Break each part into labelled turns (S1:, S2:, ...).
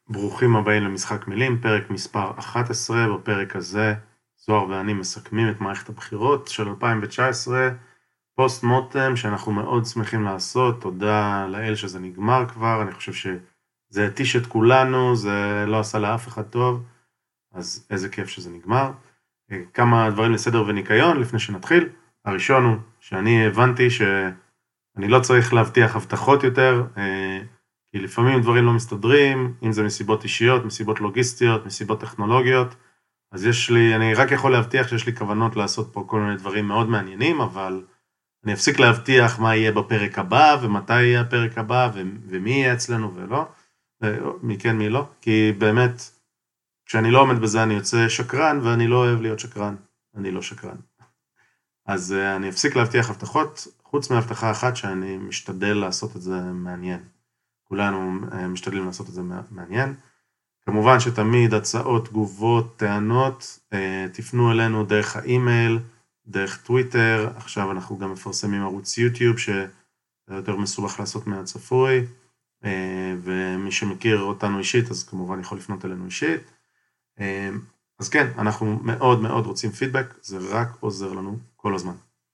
S1: ברוכים הבאים למשחק מילים, פרק מספר 11. בפרק הזה זוהר ואני מסכמים את מערכת הבחירות של 2019, פוסט מוטם שאנחנו מאוד שמחים לעשות. תודה לאל שזה נגמר כבר, אני חושב שזה התיש את כולנו, זה לא עשה לאף אחד טוב, אז איזה כיף שזה נגמר. כמה דברים לסדר וניקיון לפני שנתחיל. הראשון הוא שאני הבנתי שאני לא צריך להבטיח הבטחות יותר, כי לפעמים דברים לא מסתדרים, אם זה מסיבות אישיות, מסיבות לוגיסטיות, מסיבות טכנולוגיות, אז אני רק יכול להבטיח שיש לי כוונות לעשות פה כל מיני דברים מאוד מעניינים, אבל אני אפסיק להבטיח מה יהיה בפרק הבא, ומתי יהיה הפרק הבא, ומי יהיה אצלנו ולא, מי כן מי לא, כי באמת, כשאני לא עומד בזה אני יוצא שקרן, ואני לא אוהב להיות שקרן, אני לא שקרן. אז אני אפסיק להבטיח הבטחות, חוץ מהבטחה אחת שאני משתדל לעשות את זה מעניין. כולנו משתדלים לעשות את זה מעניין. כמובן שתמיד הצעות, תגובות, טענות, תפנו אלינו דרך האימייל, דרך טוויטר, עכשיו אנחנו גם מפרסמים ערוץ יוטיוב, שיותר מסובך לעשות מהצפוי, ומי שמכיר אותנו אישית, אז כמובן יכול לפנות אלינו אישית. אז כן, אנחנו מאוד מאוד רוצים פידבק, זה רק עוזר לנו כל הזמן.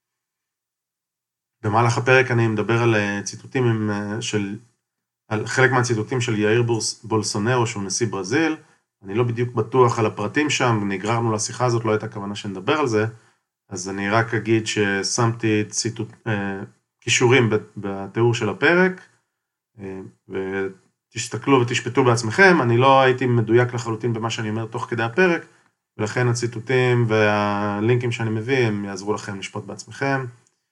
S1: במהלך הפרק אני מדבר על ציטוטים על חלק מהציטוטים של יאיר בולסונרו, שהוא נשיא ברזיל. אני לא בדיוק בטוח על הפרטים שם, נגררנו לשיחה הזאת, לא הייתה כוונה שנדבר על זה, אז אני רק אגיד ששמתי קישורים בתיאור של הפרק, ותסתכלו ותשפטו בעצמכם. אני לא הייתי מדויק לחלוטין במה שאני אומר תוך כדי הפרק, ולכן הציטוטים והלינקים שאני מביא, הם יעזרו לכם לשפוט בעצמכם.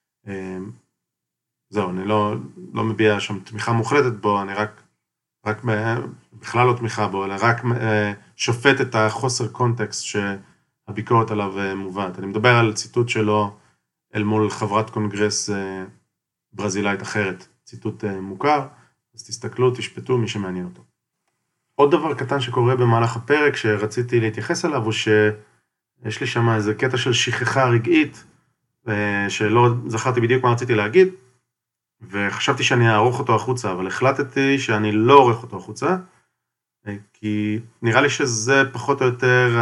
S1: זהו, אני לא מביע שם תמיכה מוחלטת בו, אני רק בכלל לא תמיכה בו, אלא רק שופט את החוסר קונטקסט שהביקורת עליו מובאת. אני מדבר על ציטוט שלו אל מול חברת קונגרס ברזילאית אחרת, ציטוט מוכר, אז תסתכלו, תשפטו מי שמעניין אותו. עוד דבר קטן שקורה במהלך הפרק שרציתי להתייחס אליו, הוא שיש לי שם איזה קטע של שכחה רגעית, שלא זכרתי בדיוק מה רציתי להגיד, וחשבתי שאני אערוך אותו החוצה, אבל החלטתי שאני לא עורך אותו החוצה, כי נראה לי שזה פחות או יותר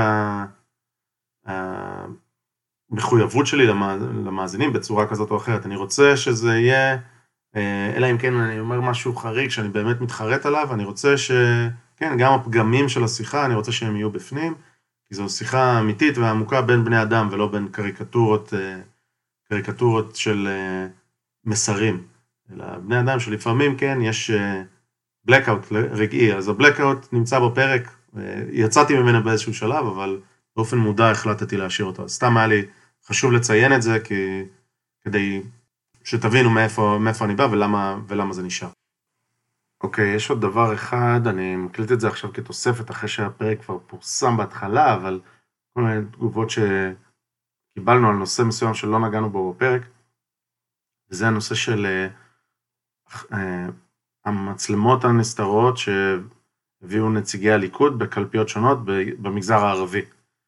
S1: המחויבות שלי למאזינים בצורה כזאת או אחרת. אני רוצה שזה יהיה, אלא אם כן אני אומר משהו חריג שאני באמת מתחרט עליו, אני רוצה כן, גם הפגמים של השיחה, אני רוצה שהם יהיו בפנים, כי זו שיחה אמיתית ועמוקה בין בני אדם, ולא בין קריקטורות של מסרים. אלא בני אדם שלפעמים, כן, יש blackout רגעי, אז ה-blackout נמצא בפרק, יצאתי ממנו באיזשהו שלב, אבל באופן מודע החלטתי להשאיר אותו. אז סתם היה לי חשוב לציין את זה, כדי שתבינו מאיפה אני בא ולמה זה נשאר. אוקיי, יש עוד דבר אחד, אני מקליט את זה עכשיו כתוספת, אחרי שהפרק כבר פורסם בהתחלה, אבל כל מיני תגובות שקיבלנו על נושא מסוים שלא נגענו בו בפרק, וזה הנושא של המצלמות הנסתרות שהביאו נציגי הליכוד בקלפיות שונות במגזר הערבי.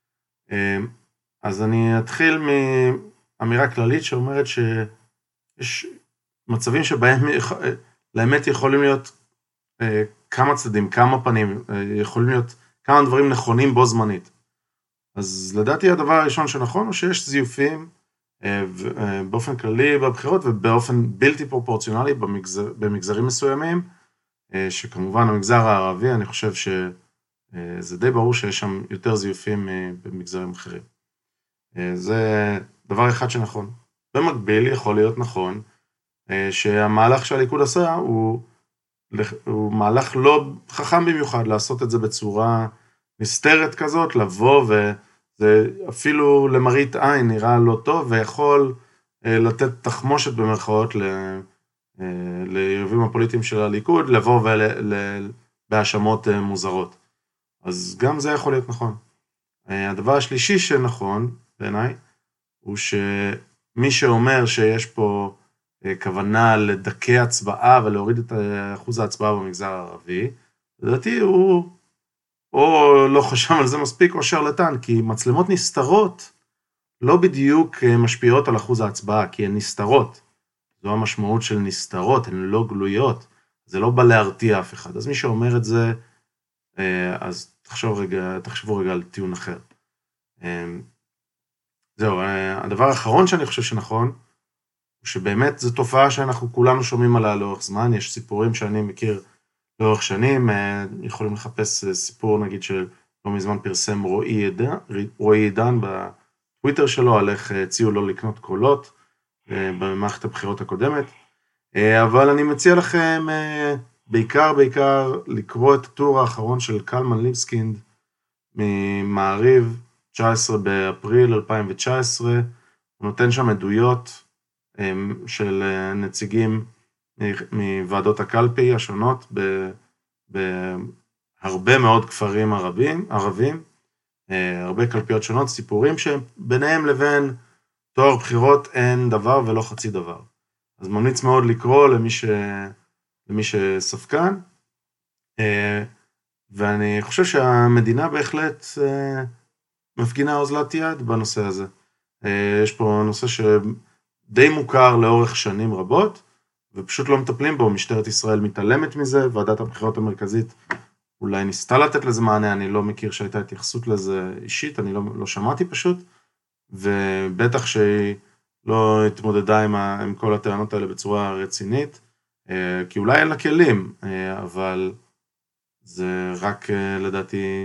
S1: אז אני אתחיל מאמירה כללית שאומרת שיש מצבים שבהם לאמת יכולים להיות כמה צדדים, כמה פנים, יכולים להיות כמה דברים נכונים בו זמנית. אז לדעתי הדבר הראשון שנכון הוא שיש זיופים באופן כללי בבחירות ובאופן בלתי פרופורציונלי במגזרים מסוימים, שכמובן המגזר הערבי, אני חושב שזה די ברור שיש שם יותר זיופים במגזרים אחרים. זה דבר אחד שנכון. במקביל יכול להיות נכון שהמהלך שהליכוד עשה הוא מהלך לא חכם במיוחד לעשות את זה בצורה נסתרת כזאת, לבוא וזה אפילו למראית עין נראה לא טוב, ויכול לתת תחמושת במרכאות ליריבים הפוליטיים של הליכוד, לבוא בהאשמות מוזרות. אז גם זה יכול להיות נכון. הדבר השלישי שנכון בעיניי, הוא שמי שאומר שיש פה כוונה לדכא הצבעה ולהוריד את אחוז ההצבעה במגזר הערבי, לדעתי הוא או לא חשב על זה מספיק או שרלטן, כי מצלמות נסתרות לא בדיוק משפיעות על אחוז ההצבעה, כי הן נסתרות. זו המשמעות של נסתרות, הן לא גלויות, זה לא בא להרתיע אף אחד. אז מי שאומר את זה, אז תחשבו רגע על טיעון אחר. זהו, הדבר האחרון שאני חושב שנכון, הוא שבאמת זו תופעה שאנחנו כולנו שומעים עליה לאורך זמן, יש סיפורים שאני מכיר לאורך שנים, יכולים לחפש סיפור נגיד שלא מזמן פרסם רועי עידן בטוויטר שלו, על איך הציעו לו לקנות קולות במערכת הבחירות הקודמת, אבל אני מציע לכם בעיקר לקרוא את הטור האחרון של קלמן ליבסקינד ממעריב, 19 באפריל 2019, הוא נותן שם עדויות של נציגים מוועדות הקלפי השונות בהרבה מאוד כפרים ערבים, הרבה קלפיות שונות, סיפורים שביניהם לבין תואר בחירות אין דבר ולא חצי דבר. אז ממליץ מאוד לקרוא למי שספקן, ואני חושב שהמדינה בהחלט מפגינה אוזלת יד בנושא הזה. יש פה נושא שדי מוכר לאורך שנים רבות, ופשוט לא מטפלים בו, משטרת ישראל מתעלמת מזה, ועדת הבחירות המרכזית אולי ניסתה לתת לזה מענה, אני לא מכיר שהייתה התייחסות לזה אישית, אני לא שמעתי פשוט, ובטח שהיא לא התמודדה עם כל הטענות האלה בצורה רצינית, כי אולי אין לה כלים, אבל זה רק לדעתי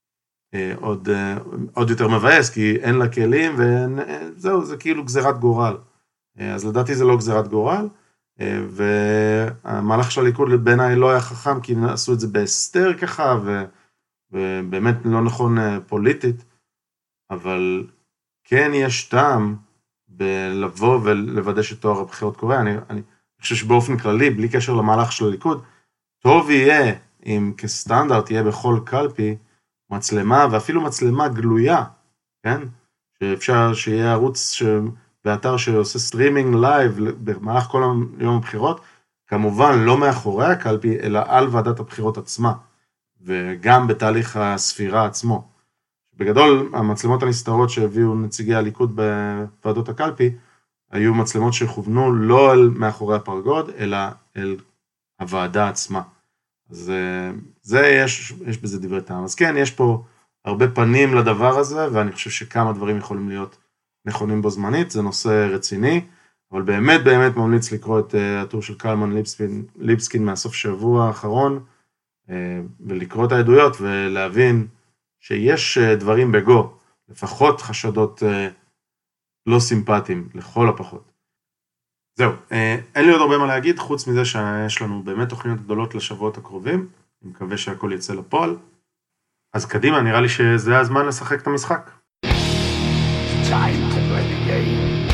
S1: עוד יותר מבאס, כי אין לה כלים, וזהו, זה כאילו גזירת גורל. אז לדעתי זה לא גזירת גורל, והמהלך של הליכוד בעיניי לא היה חכם, כי עשו את זה בהסתר ככה, ובאמת לא נכון פוליטית, אבל כן יש טעם בלבוא ולוודא שתואר הבחירות קורה. אני חושב שבאופן כללי, בלי קשר למהלך של הליכוד, טוב יהיה אם כסטנדרט יהיה בכל קלפי מצלמה, ואפילו מצלמה גלויה, כן? שאפשר שיהיה ערוץ באתר שעושה סטרימינג לייב במהלך כל יום הבחירות, כמובן לא מאחורי הקלפי, אלא על ועדת הבחירות עצמה, וגם בתהליך הספירה עצמו. בגדול, המצלמות הנסתרות שהביאו נציגי הליכוד בוועדות הקלפי, היו מצלמות שכוונו לא אל מאחורי הפרגוד, אלא אל הוועדה עצמה. אז יש בזה דברי טעם. אז כן, יש פה הרבה פנים לדבר הזה, ואני חושב שכמה דברים יכולים להיות נכונים בו זמנית, זה נושא רציני, אבל באמת ממליץ לקרוא את הטור של קלמן ליבסקין מהסוף שבוע האחרון, ולקרוא את העדויות ולהבין שיש דברים בגו, לפחות חשדות לא סימפטיים, לכל הפחות. זהו, אין לי עוד הרבה מה להגיד, חוץ מזה שיש לנו באמת תוכניות גדולות לשבועות הקרובים, אני מקווה שהכל יצא לפועל, אז קדימה, נראה לי שזה הזמן לשחק את המשחק.
S2: Time to play the game.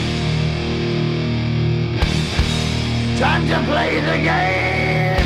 S2: Time to play the game.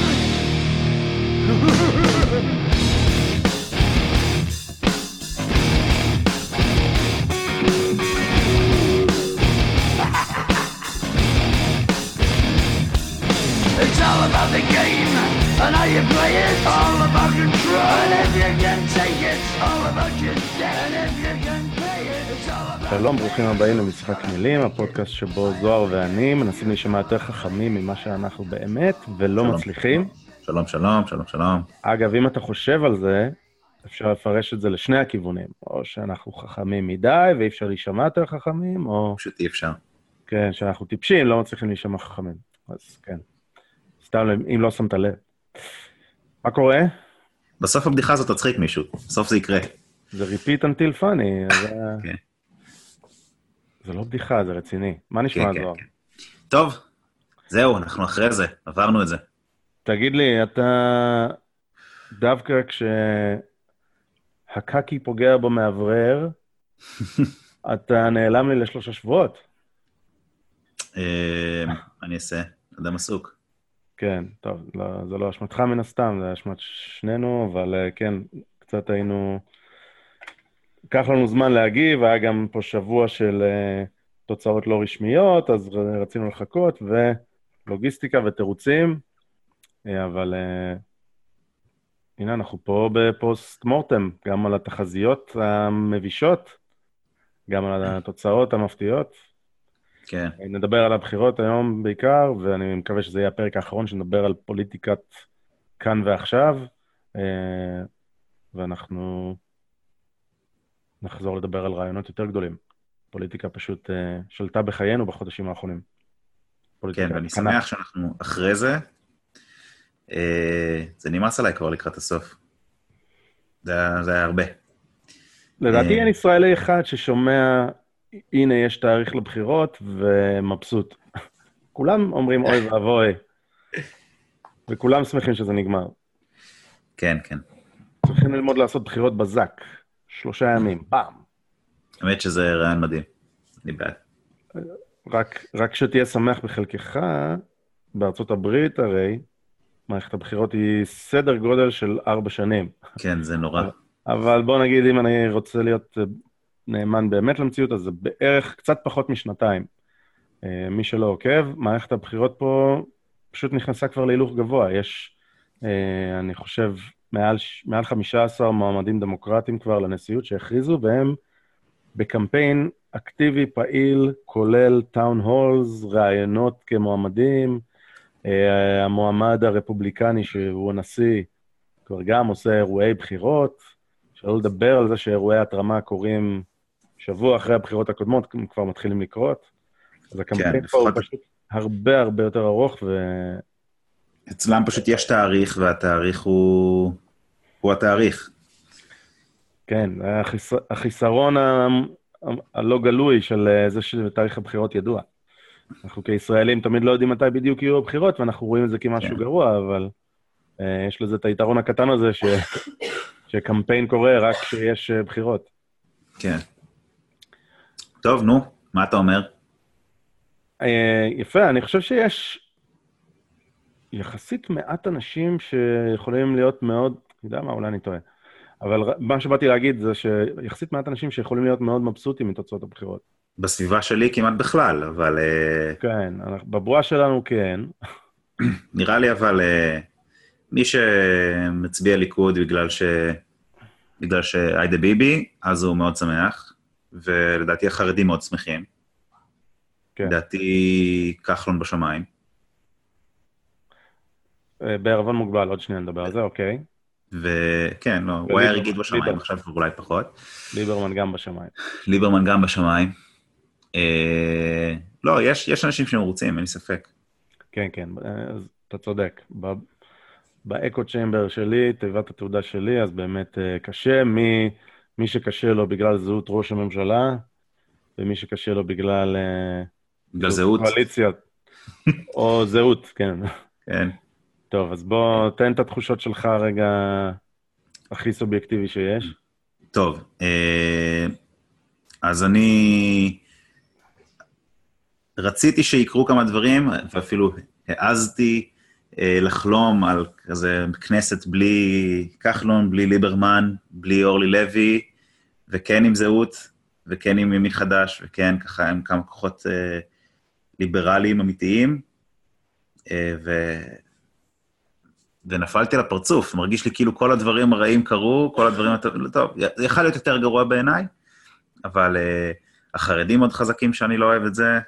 S2: It's all about the game and how you play it. All about control. And if you can take it, it's all about your debt. And if you can pay it, it's all about...
S1: שלום, ברוכים הבאים למשחק מילים, הפודקאסט שבו זוהר ואני מנסים להישמע יותר חכמים ממה שאנחנו באמת, ולא
S3: שלום,
S1: מצליחים.
S3: שלום.
S1: אגב, אם אתה חושב על זה, אפשר לפרש את זה לשני הכיוונים, או שאנחנו חכמים מדי, ואי אפשר להישמע יותר חכמים, או...
S3: פשוט אי אפשר.
S1: כן, שאנחנו טיפשים, לא מצליחים להישמע חכמים. אז כן. סתם, אם לא שמת לב. מה קורה?
S3: בסוף הבדיחה הזאת תצחיק מישהו, בסוף זה יקרה.
S1: זה repeat until funny.
S3: כן.
S1: זה לא בדיחה, זה רציני. מה נשמע, זוהר?
S3: כן. טוב, זהו, אנחנו אחרי זה, עברנו את זה.
S1: תגיד לי, אתה דווקא כשהקקי פוגע במאוורר, אתה נעלם לי ל3 שבועות.
S3: אני אעשה, אדם עסוק.
S1: כן, טוב, זה לא אשמתך מן הסתם, זה אשמת שנינו, אבל כן, קצת היינו... לקח לנו זמן להגיב, היה גם פה שבוע של תוצאות לא רשמיות, אז רצינו לחכות, ולוגיסטיקה ותירוצים, אבל הנה, אנחנו פה בפוסט מורטם, גם על התחזיות המבישות, גם על התוצאות המפתיעות.
S3: כן.
S1: נדבר על הבחירות היום בעיקר, ואני מקווה שזה יהיה הפרק האחרון שנדבר על פוליטיקת כאן ועכשיו, ואנחנו נחזור לדבר על רעיונות יותר גדולים. פוליטיקה פשוט שלטה בחיינו בחודשים האחרונים.
S3: כן, ואני שמח שאנחנו אחרי זה. זה נמאס עליי כבר לקראת הסוף. זה היה הרבה.
S1: לדעתי אין ישראלי אחד ששומע, הנה יש תאריך לבחירות ומבסוט. כולם אומרים אוי ואבוי, וכולם שמחים שזה נגמר.
S3: כן, כן.
S1: צריכים ללמוד לעשות בחירות בזק, 3 ימים, פעם.
S3: האמת שזה רעיון מדהים, אני בעד.
S1: רק שתהיה שמח בחלקך, בארצות הברית הרי, מערכת הבחירות היא סדר גודל של 4 שנים.
S3: כן, זה נורא.
S1: אבל בוא נגיד, אם אני רוצה להיות נאמן באמת למציאות, אז זה בערך קצת פחות משנתיים. מי שלא עוקב, מערכת הבחירות פה פשוט נכנסה כבר להילוך גבוה. יש, אני חושב, מעל 15 מועמדים דמוקרטיים כבר לנשיאות שהכריזו, והם בקמפיין אקטיבי פעיל, כולל טאון הולס, רעיונות כמועמדים, המועמד הרפובליקני שהוא הנשיא, כבר גם עושה אירועי בחירות, שלא לדבר על זה שאירועי התרמה קורים שבוע אחרי הבחירות הקודמות, כבר מתחילים לקרות. אז הקמפיין פה הוא פשוט הרבה הרבה יותר ארוך,
S3: אצלם פשוט יש תאריך, והתאריך הוא התאריך.
S1: כן, החיסרון הלא גלוי של זה שתאריך הבחירות ידוע. אנחנו כישראלים תמיד לא יודעים מתי בדיוק יהיו הבחירות, ואנחנו רואים את זה כמשהו גרוע, אבל יש לזה את היתרון הקטן הזה שקמפיין קורה רק כשיש בחירות.
S3: כן. טוב, נו, מה אתה אומר?
S1: יפה, אני חושב שיש יחסית מעט אנשים שיכולים להיות מאוד, אני יודע מה, אולי אני טועה, אבל מה שבאתי להגיד זה שיחסית מעט אנשים שיכולים להיות מאוד מבסוטים מתוצאות הבחירות.
S3: בסביבה שלי כמעט בכלל, אבל...
S1: כן, בבועה שלנו כן.
S3: נראה לי אבל מי שמצביע ליכוד בגלל שאיידה ביבי, אז הוא מאוד שמח, ולדעתי החרדים מאוד שמחים. כן. לדעתי כחלון בשמיים.
S1: בערבון מוגבל, עוד שנייה נדבר על זה, אוקיי.
S3: וכן, לא, הוא היה רגיל בשמיים, עכשיו אולי פחות.
S1: ליברמן גם בשמיים.
S3: ליברמן גם בשמיים. לא, יש אנשים שמרוצים, אין לי ספק.
S1: כן, כן, אז אתה צודק. באקו צ'יימבר שלי, תיבת התעודה שלי, אז באמת קשה, מי שקשה לו בגלל זהות ראש הממשלה, ומי שקשה לו בגלל
S3: זהות.
S1: קואליציה, או זהות, כן.
S3: כן.
S1: טוב, אז בוא, תן את התחושות שלך רגע הכי סובייקטיבי שיש.
S3: טוב, אז אני רציתי שיקרו כמה דברים, ואפילו העזתי לחלום על כזה כנסת בלי כחלון, בלי ליברמן, בלי אורלי לוי, וכן עם זהות, וכן עם ימין חדש, וכן ככה עם כמה כוחות ליברליים אמיתיים, ונפלתי לפרצוף, מרגיש לי כאילו כל הדברים הרעים קרו, כל הדברים, טוב, זה יכול להיות יותר גרוע בעיניי, אבל החרדים עוד חזקים שאני לא אוהב את זה,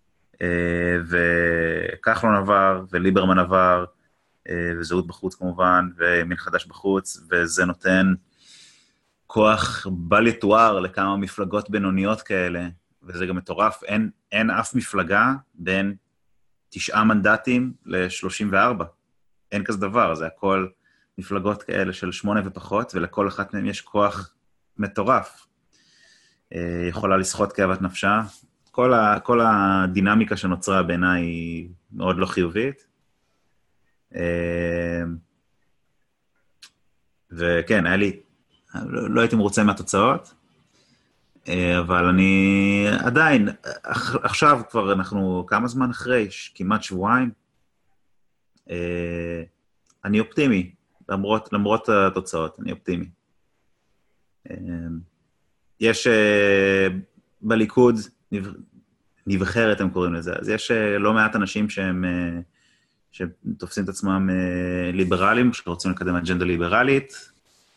S3: וכחלון עבר, וליברמן עבר, וזהות בחוץ כמובן, וימין חדש בחוץ, וזה נותן כוח בל יתואר לכמה מפלגות בינוניות כאלה, וזה גם מטורף, אין אף מפלגה בין 9 מנדטים ל-34, אין כזה דבר, זה הכל מפלגות כאלה של 8 ופחות, ולכל אחת מהם יש כוח מטורף. יכולה לשחות כאוות נפשה. כל הדינמיקה שנוצרה בעיניי היא מאוד לא חיובית. וכן, לא הייתי מרוצה מהתוצאות, אבל אני עדיין, עכשיו כבר אנחנו כמה זמן אחרי, כמעט שבועיים, אני אופטימי, למרות התוצאות, אני אופטימי. יש בליכוד, נבחרת הם קוראים לזה, אז יש לא מעט אנשים שתופסים את עצמם ליברליים, שרוצים לקדם אג'נדה ליברלית.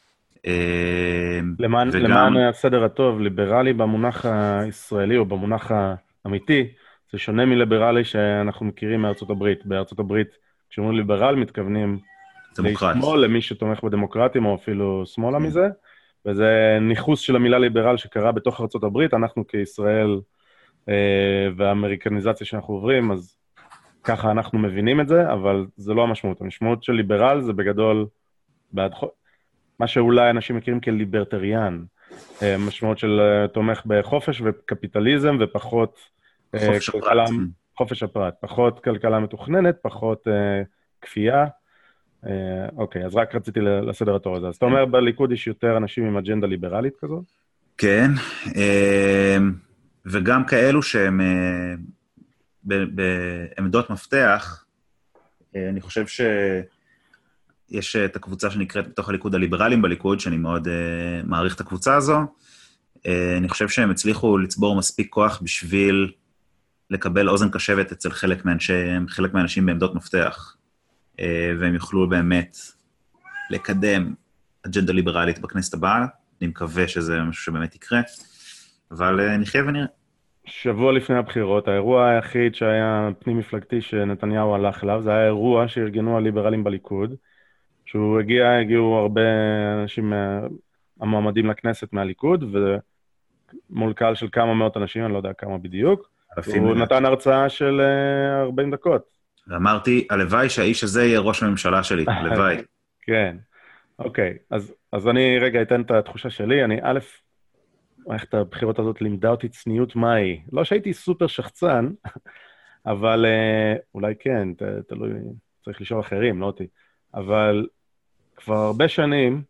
S1: למען הסדר הטוב, ליברלי במונח הישראלי או במונח האמיתי, זה שונה מליברלי שאנחנו מכירים מארצות הברית. בארצות הברית, כשאומרים ליברל, מתכוונים
S3: דמוקרט.
S1: לשמאל, למי שתומך בדמוקרטים, או אפילו שמאלה מזה, וזה ניחוס של המילה ליברל שקרה בתוך ארצות הברית, אנחנו כישראל והאמריקניזציה שאנחנו עוברים, אז ככה אנחנו מבינים את זה, אבל זה לא המשמעות. המשמעות של ליברל זה בגדול, מה שאולי אנשים מכירים כליברטריאן, משמעות של תומך בחופש וקפיטליזם, ופחות
S3: חופש הפרט.
S1: חופש הפרט, פחות כלכלה מתוכננת, פחות כפייה. אוקיי, אז רק רציתי לסדר התור הזה. אז אתה אומר, בליכוד יש יותר אנשים עם אג'נדה ליברלית כזאת?
S3: כן, וגם כאלו שהם בעמדות מפתח, אני חושב שיש את הקבוצה שנקראת בתוך הליכוד הליברלים בליכוד, שאני מאוד מעריך את הקבוצה הזו, אני חושב שהם הצליחו לצבור מספיק כוח בשביל לקבל אוזן קשבת אצל חלק מהאנשים בעמדות מפתח, והם יוכלו באמת לקדם אג'נדה ליברלית בכנסת הבאה, אני מקווה שזה משהו שבאמת יקרה, אבל נחיה ונראה.
S1: שבוע לפני הבחירות, האירוע היחיד שהיה פנים מפלגתי שנתניהו הלך אליו, זה היה אירוע שארגנו הליברלים בליכוד, שהוא הגיעו הרבה אנשים, המועמדים לכנסת מהליכוד, ומול קהל של כמה מאות אנשים, אני לא יודע כמה בדיוק, הוא נתן הרצאה של 40 דקות.
S3: ואמרתי, הלוואי שהאיש הזה יהיה ראש הממשלה שלי, הלוואי.
S1: כן, אוקיי, אז אני רגע אתן את התחושה שלי, אני מערכת הבחירות הזאת לימדה אותי צניעות מהי. לא שהייתי סופר שחצן, אבל אולי כן, תלוי, צריך לשאול אחרים, לא אותי. אבל כבר הרבה שנים,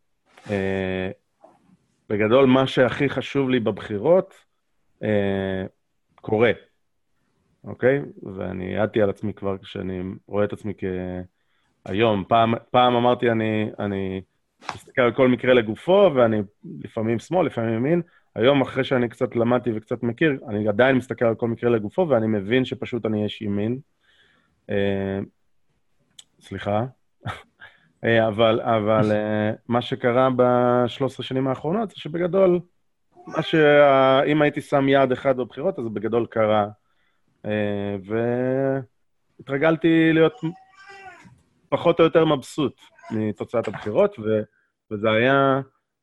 S1: בגדול מה שהכי חשוב לי בבחירות, קורה. אוקיי? ואני ידעתי על עצמי כבר כשאני רואה את עצמי כהיום. פעם אמרתי, אני מסתכל על כל מקרה לגופו, ואני לפעמים שמאל, לפעמים ימין. היום, אחרי שאני קצת למדתי וקצת מכיר, אני עדיין מסתכל על כל מקרה לגופו, ואני מבין שפשוט אני יש ימין. סליחה. אבל מה שקרה ב-13 שנים האחרונות, זה שבגדול, אם הייתי שם יעד אחד בבחירות, אז בגדול קרה. והתרגלתי להיות פחות או יותר מבסוט מתוצאת הבחירות, וזה היה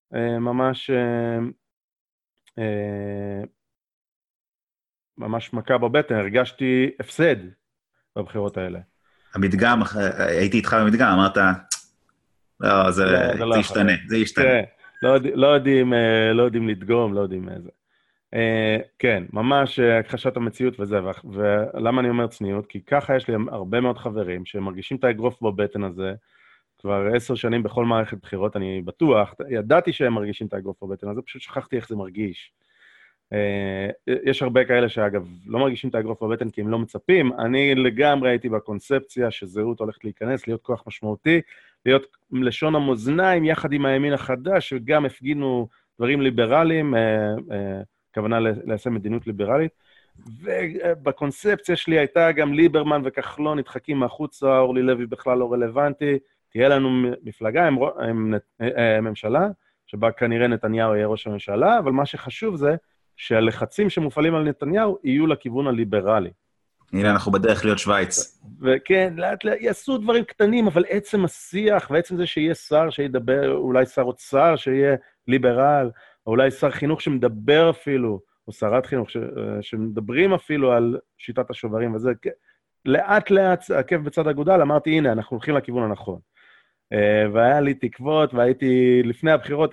S1: ממש מכה בבטן, הרגשתי הפסד בבחירות האלה.
S3: המדגם, הייתי איתך במדגם, אמרת, לא, זה ישתנה, זה ישתנה.
S1: לא יודעים לדגום, לא יודעים איזה. כן, ממש הכחשת המציאות וזה, ולמה אני אומר צניעות? כי ככה יש לי הרבה מאוד חברים שמרגישים את האגרוף בבטן הזה, כבר 10 שנים בכל מערכת בחירות, אני בטוח, ידעתי שהם מרגישים את האגרוף בבטן הזה, פשוט שכחתי איך זה מרגיש. יש הרבה כאלה שאגב לא מרגישים את האגרוף בבטן כי הם לא מצפים, אני לגמרי הייתי בקונספציה שזהות הולכת להיכנס, להיות כוח משמעותי, להיות לשון המאזניים יחד עם הימין החדש, שגם הפגינו דברים ליברליים, כוונה ליישם מדיניות ליברלית, ובקונספציה שלי הייתה גם ליברמן וכחלון נדחקים מהחוצה, אורלי לוי בכלל לא רלוונטי, תהיה לנו מפלגה עם ממשלה, שבה כנראה נתניהו יהיה ראש הממשלה, אבל מה שחשוב זה שהלחצים שמופעלים על נתניהו יהיו לכיוון הליברלי.
S3: הנה, אנחנו בדרך להיות שוויץ.
S1: וכן, לאט לאט יעשו דברים קטנים, אבל עצם השיח, ועצם זה שיהיה שר שידבר, אולי שר אוצר שיהיה ליברל, או אולי שר חינוך שמדבר אפילו, או שרת חינוך שמדברים אפילו על שיטת השוברים, וזה לאט לאט, עקב בצד אגודל, אמרתי, הנה, אנחנו הולכים לכיוון הנכון. והיה לי תקוות, והייתי, לפני הבחירות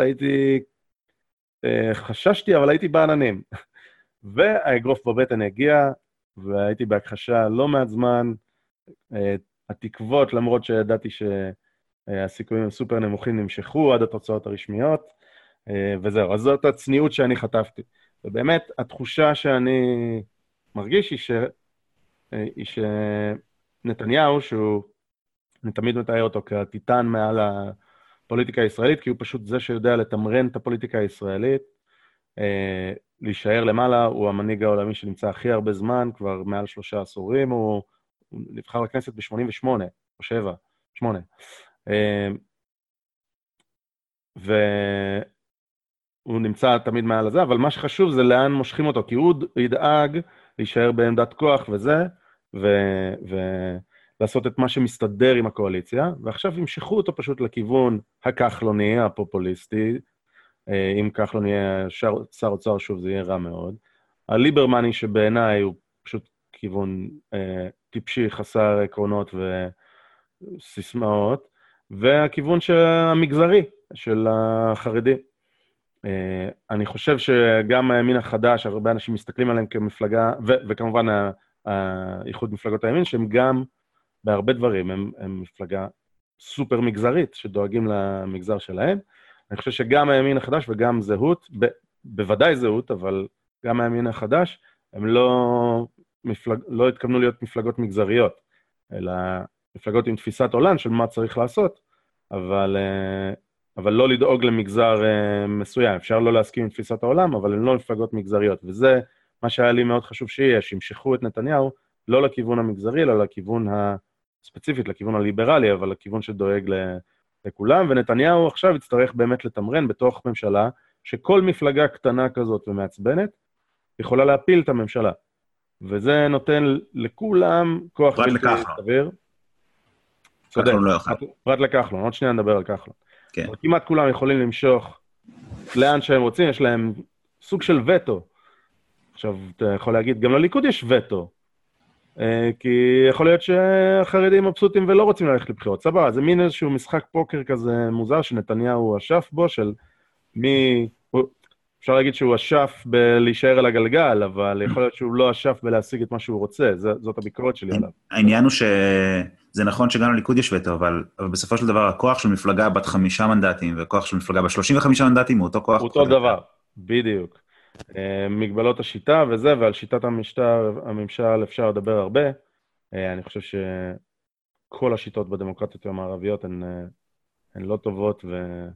S1: חששתי, אבל הייתי בעננים. והאגרוף בבטן הגיע, והייתי בהכחשה לא מעט זמן, התקוות, למרות שידעתי שהסיכויים הם סופר נמוכים, נמשכו עד התוצאות הרשמיות, וזהו, אז זאת הצניעות שאני חטפתי. ובאמת, התחושה שאני מרגיש היא שנתניהו, אני תמיד מתאר אותו כטיטן מעל הפוליטיקה הישראלית, כי הוא פשוט זה שיודע לתמרן את הפוליטיקה הישראלית, להישאר למעלה, הוא המנהיג העולמי שנמצא הכי הרבה זמן, כבר מעל 3 עשורים, הוא נבחר לכנסת ב-88, או 7, 8. והוא נמצא תמיד מעל הזה, אבל מה שחשוב זה לאן מושכים אותו, כי הוא ידאג להישאר בעמדת כוח וזה, לעשות את מה שמסתדר עם הקואליציה, ועכשיו ימשכו אותו פשוט לכיוון הכחלוני, הפופוליסטי, אם כחלון יהיה שר אוצר שוב, זה יהיה רע מאוד. הליברמני שבעיניי הוא פשוט כיוון טיפשי, חסר עקרונות וסיסמאות, והכיוון המגזרי של החרדים. אני חושב שגם הימין החדש, הרבה אנשים מסתכלים עליהם כמפלגה, וכמובן איחוד מפלגות הימין, שהם גם בהרבה דברים, הם מפלגה סופר מגזרית, שדואגים למגזר שלהם. אני חושב שגם הימין החדש וגם זהות, בוודאי זהות, אבל גם הימין החדש, הם לא התכוונו להיות מפלגות מגזריות, אלא מפלגות עם תפיסת עולם של מה צריך לעשות, אבל לא לדאוג למגזר מסוים. אפשר לא להסכים עם תפיסת העולם, אבל הן לא מפלגות מגזריות, וזה מה שהיה לי מאוד חשוב שיהיה, שימשכו את נתניהו, לא לכיוון המגזרי, אלא לכיוון הספציפית, לכיוון הליברלי, אבל לכיוון שדואג לכולם, ונתניהו עכשיו יצטרך באמת לתמרן בתוך ממשלה, שכל מפלגה קטנה כזאת ומעצבנת, יכולה להפיל את הממשלה. וזה נותן לכולם כוח בלתי סביר.
S3: כחלון לא יכול.
S1: פרט לכחלון, עוד שנייה נדבר על כחלון.
S3: כן.
S1: כמעט כולם יכולים למשוך לאן שהם רוצים, יש להם סוג של וטו. עכשיו, אתה יכול להגיד, גם לליכוד יש וטו, כי יכול להיות שהחרדים מבסוטים ולא רוצים ללכת לבחירות. סבבה, זה מין איזשהו משחק פוקר כזה מוזר, שנתניהו אשף בו, של אפשר להגיד שהוא אשף בלהישאר על הגלגל, אבל יכול להיות שהוא לא אשף בלהשיג את מה שהוא רוצה, זאת הביקורת שלי עליו.
S3: העניין הוא שזה נכון שגם לליכוד יש וטו, אבל בסופו של דבר הכוח של מפלגה בת 5 מנדטים, וכוח של מפלגה בת 35 מנדטים הוא אותו כוח.
S1: אותו דבר, בדיוק. מגבלות השיטה וזה, ועל שיטת הממשל אפשר לדבר הרבה. אני חושב שכל השיטות בדמוקרטיות המערביות הן לא טובות,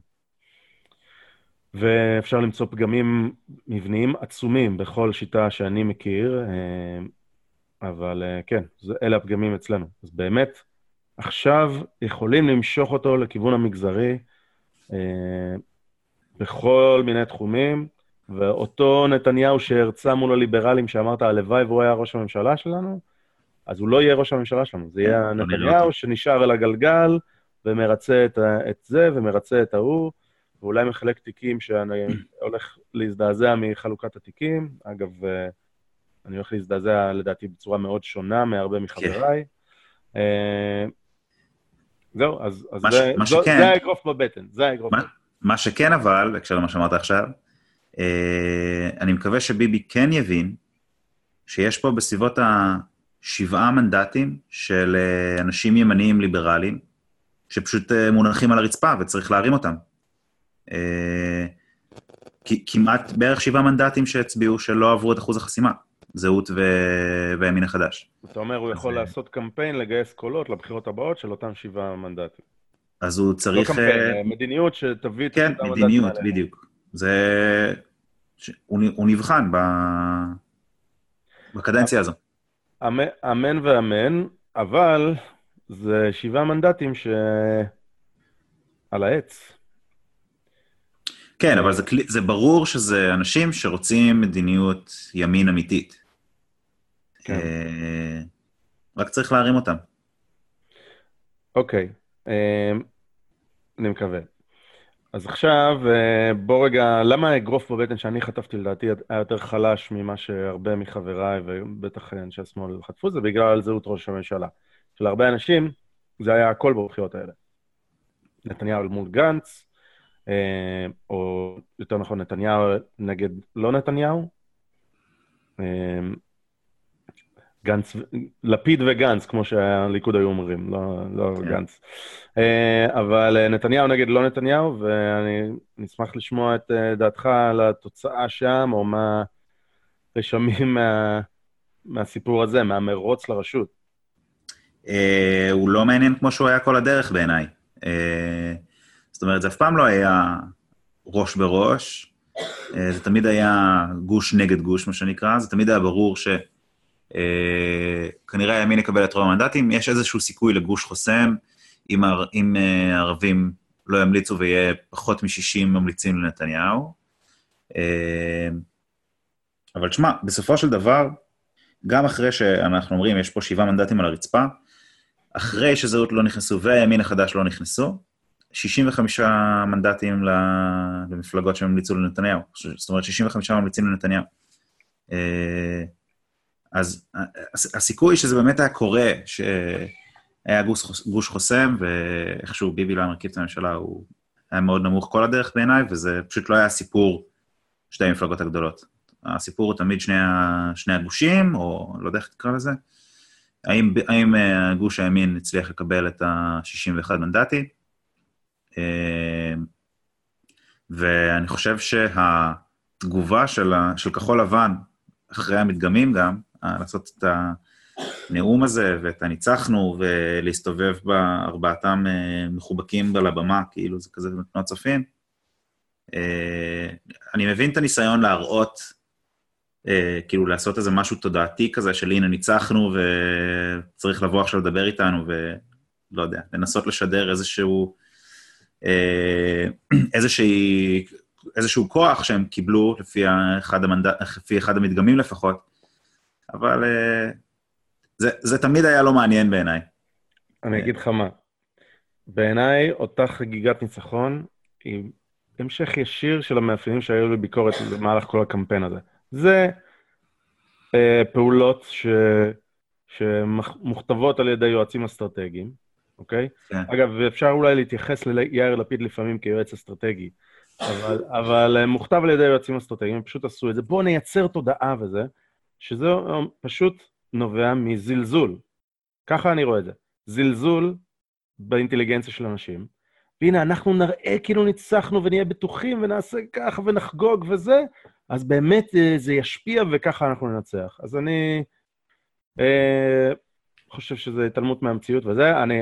S1: ואפשר למצוא פגמים מבניים עצומים בכל שיטה שאני מכיר, אבל כן, אלה הפגמים אצלנו. אז באמת, עכשיו יכולים למשוך אותו לכיוון המגזרי, בכל מיני תחומים, ואותו נתניהו שהרצה מול הליברלים שאמרת, הלוואי והוא היה ראש הממשלה שלנו, אז הוא לא יהיה ראש הממשלה שלנו, זה יהיה נתניהו שנשאר על הגלגל, ומרצה את זה, ומרצה את ההוא, ואולי מחלק תיקים שאני הולך להזדעזע מחלוקת התיקים. אגב, אני הולך להזדעזע לדעתי בצורה מאוד שונה מהרבה מחבריי. זהו, אז זה האגרוף בבטן, זה האגרוף בבטן.
S3: מה שכן אבל, בהקשר למה שאמרת עכשיו, אני מקווה שביבי כן יבין שיש פה בסביבות 7 מנדטים של אנשים ימניים ליברליים, שפשוט מונחים על הרצפה וצריך להרים אותם. כמעט בערך 7 מנדטים שהצביעו שלא עברו את אחוז החסימה, זהות והימין החדש.
S1: אתה אומר, הוא יכול לעשות קמפיין, לגייס קולות לבחירות הבאות של אותם 7 מנדטים.
S3: אז הוא צריך...
S1: לא קמפיין, מדיניות שתביא את
S3: כן, מדיניות, בדיוק. הוא נבחן בקדנציה הזו.
S1: אמן ואמן, אבל זה 7 מנדטים על העץ.
S3: כן, אבל זה ברור שזה אנשים שרוצים מדיניות ימין אמיתית.
S1: כן.
S3: רק צריך להרים אותם.
S1: אוקיי, אני מקווה. אז עכשיו, בוא רגע, למה האגרוף בבטן שאני חטפתי לדעתי היה יותר חלש ממה שהרבה מחבריי, ובטח אנשי השמאל חטפו, זה בגלל זהות ראש הממשלה. של הרבה אנשים, זה היה הכל בבחירות האלה. נתניהו מול גנץ, או יותר נכון נתניהו נגד לא נתניהו, גנץ, לפיד וגנץ, כמו שהליכוד היו אומרים, לא גנץ. אבל נתניהו נגד לא נתניהו, ואני נשמח לשמוע את דעתך על התוצאה שם, או מה רשמים מהסיפור הזה, מהמרוץ לרשות.
S3: הוא לא מעניין כמו שהוא היה כל הדרך בעיניי. זאת אומרת, זה אף פעם לא היה ראש בראש, זה תמיד היה גוש נגד גוש, מה שנקרא, זה תמיד היה ברור שכנראה הימין יקבל את רוב המנדטים, יש איזשהו סיכוי לגוש חוסם, אם הערבים לא ימליצו ויהיה פחות מ-60 ממליצים לנתניהו. אבל תשמע, בסופו של דבר, גם אחרי שאנחנו אומרים, יש פה 7 מנדטים על הרצפה, אחרי שזהות לא נכנסו והימין החדש לא נכנסו, 65 מנדטים למפלגות שממליצו לנתניהו. זאת אומרת, 65 ממליצים לנתניהו. אז הסיכוי שזה באמת היה קורה, שהיה גוש חוסם, ואיכשהו ביבי לא מרכיב את הממשלה, הוא היה מאוד נמוך כל הדרך בעיניי, וזה פשוט לא היה סיפור שתי המפלגות הגדולות. הסיפור הוא תמיד שני הגושים, או לא יודע איך תקרא לזה, האם גוש הימין הצליח לקבל את ה-61 מנדטים, ואני חושב שהתגובה של כחול לבן, אחרי המדגמים גם, לעשות את הנאום הזה, ואת הניצחנו, ולהסתובב בארבעתם מחובקים על הבמה, כאילו זה כזה תנועת צופים. אני מבין את הניסיון להראות, כאילו לעשות איזה משהו תודעתי כזה, של הנה ניצחנו, וצריך לבוא עכשיו לדבר איתנו, ולא יודע, לנסות לשדר איזשהו כוח שהם קיבלו, לפי אחד המדגמים לפחות, אבל זה תמיד היה לא מעניין בעיניי.
S4: אני אגיד לך מה, בעיניי אותה חגיגת ניצחון, היא המשך ישיר של המאפיינים שהיו לביקורת במהלך כל הקמפיין הזה. זה פעולות שמוכתבות על ידי יועצים אסטרטגיים, אוקיי?
S3: כן.
S4: אגב, אפשר אולי להתייחס ליאיר לפיד לפעמים כיועץ אסטרטגי, אבל מוכתב על ידי יועצים אסטרטגיים, הם פשוט עשו את זה. בואו נייצר תודעה וזה, שזה פשוט נובע מזלזול. ככה אני רואה את זה. זלזול באינטליגנציה של אנשים, והנה אנחנו נראה כאילו ניצחנו ונהיה בטוחים ונעשה ככה ונחגוג וזה, אז באמת זה ישפיע וככה אנחנו ננצח. אז אני חושב שזה התעלמות מהמציאות וזה,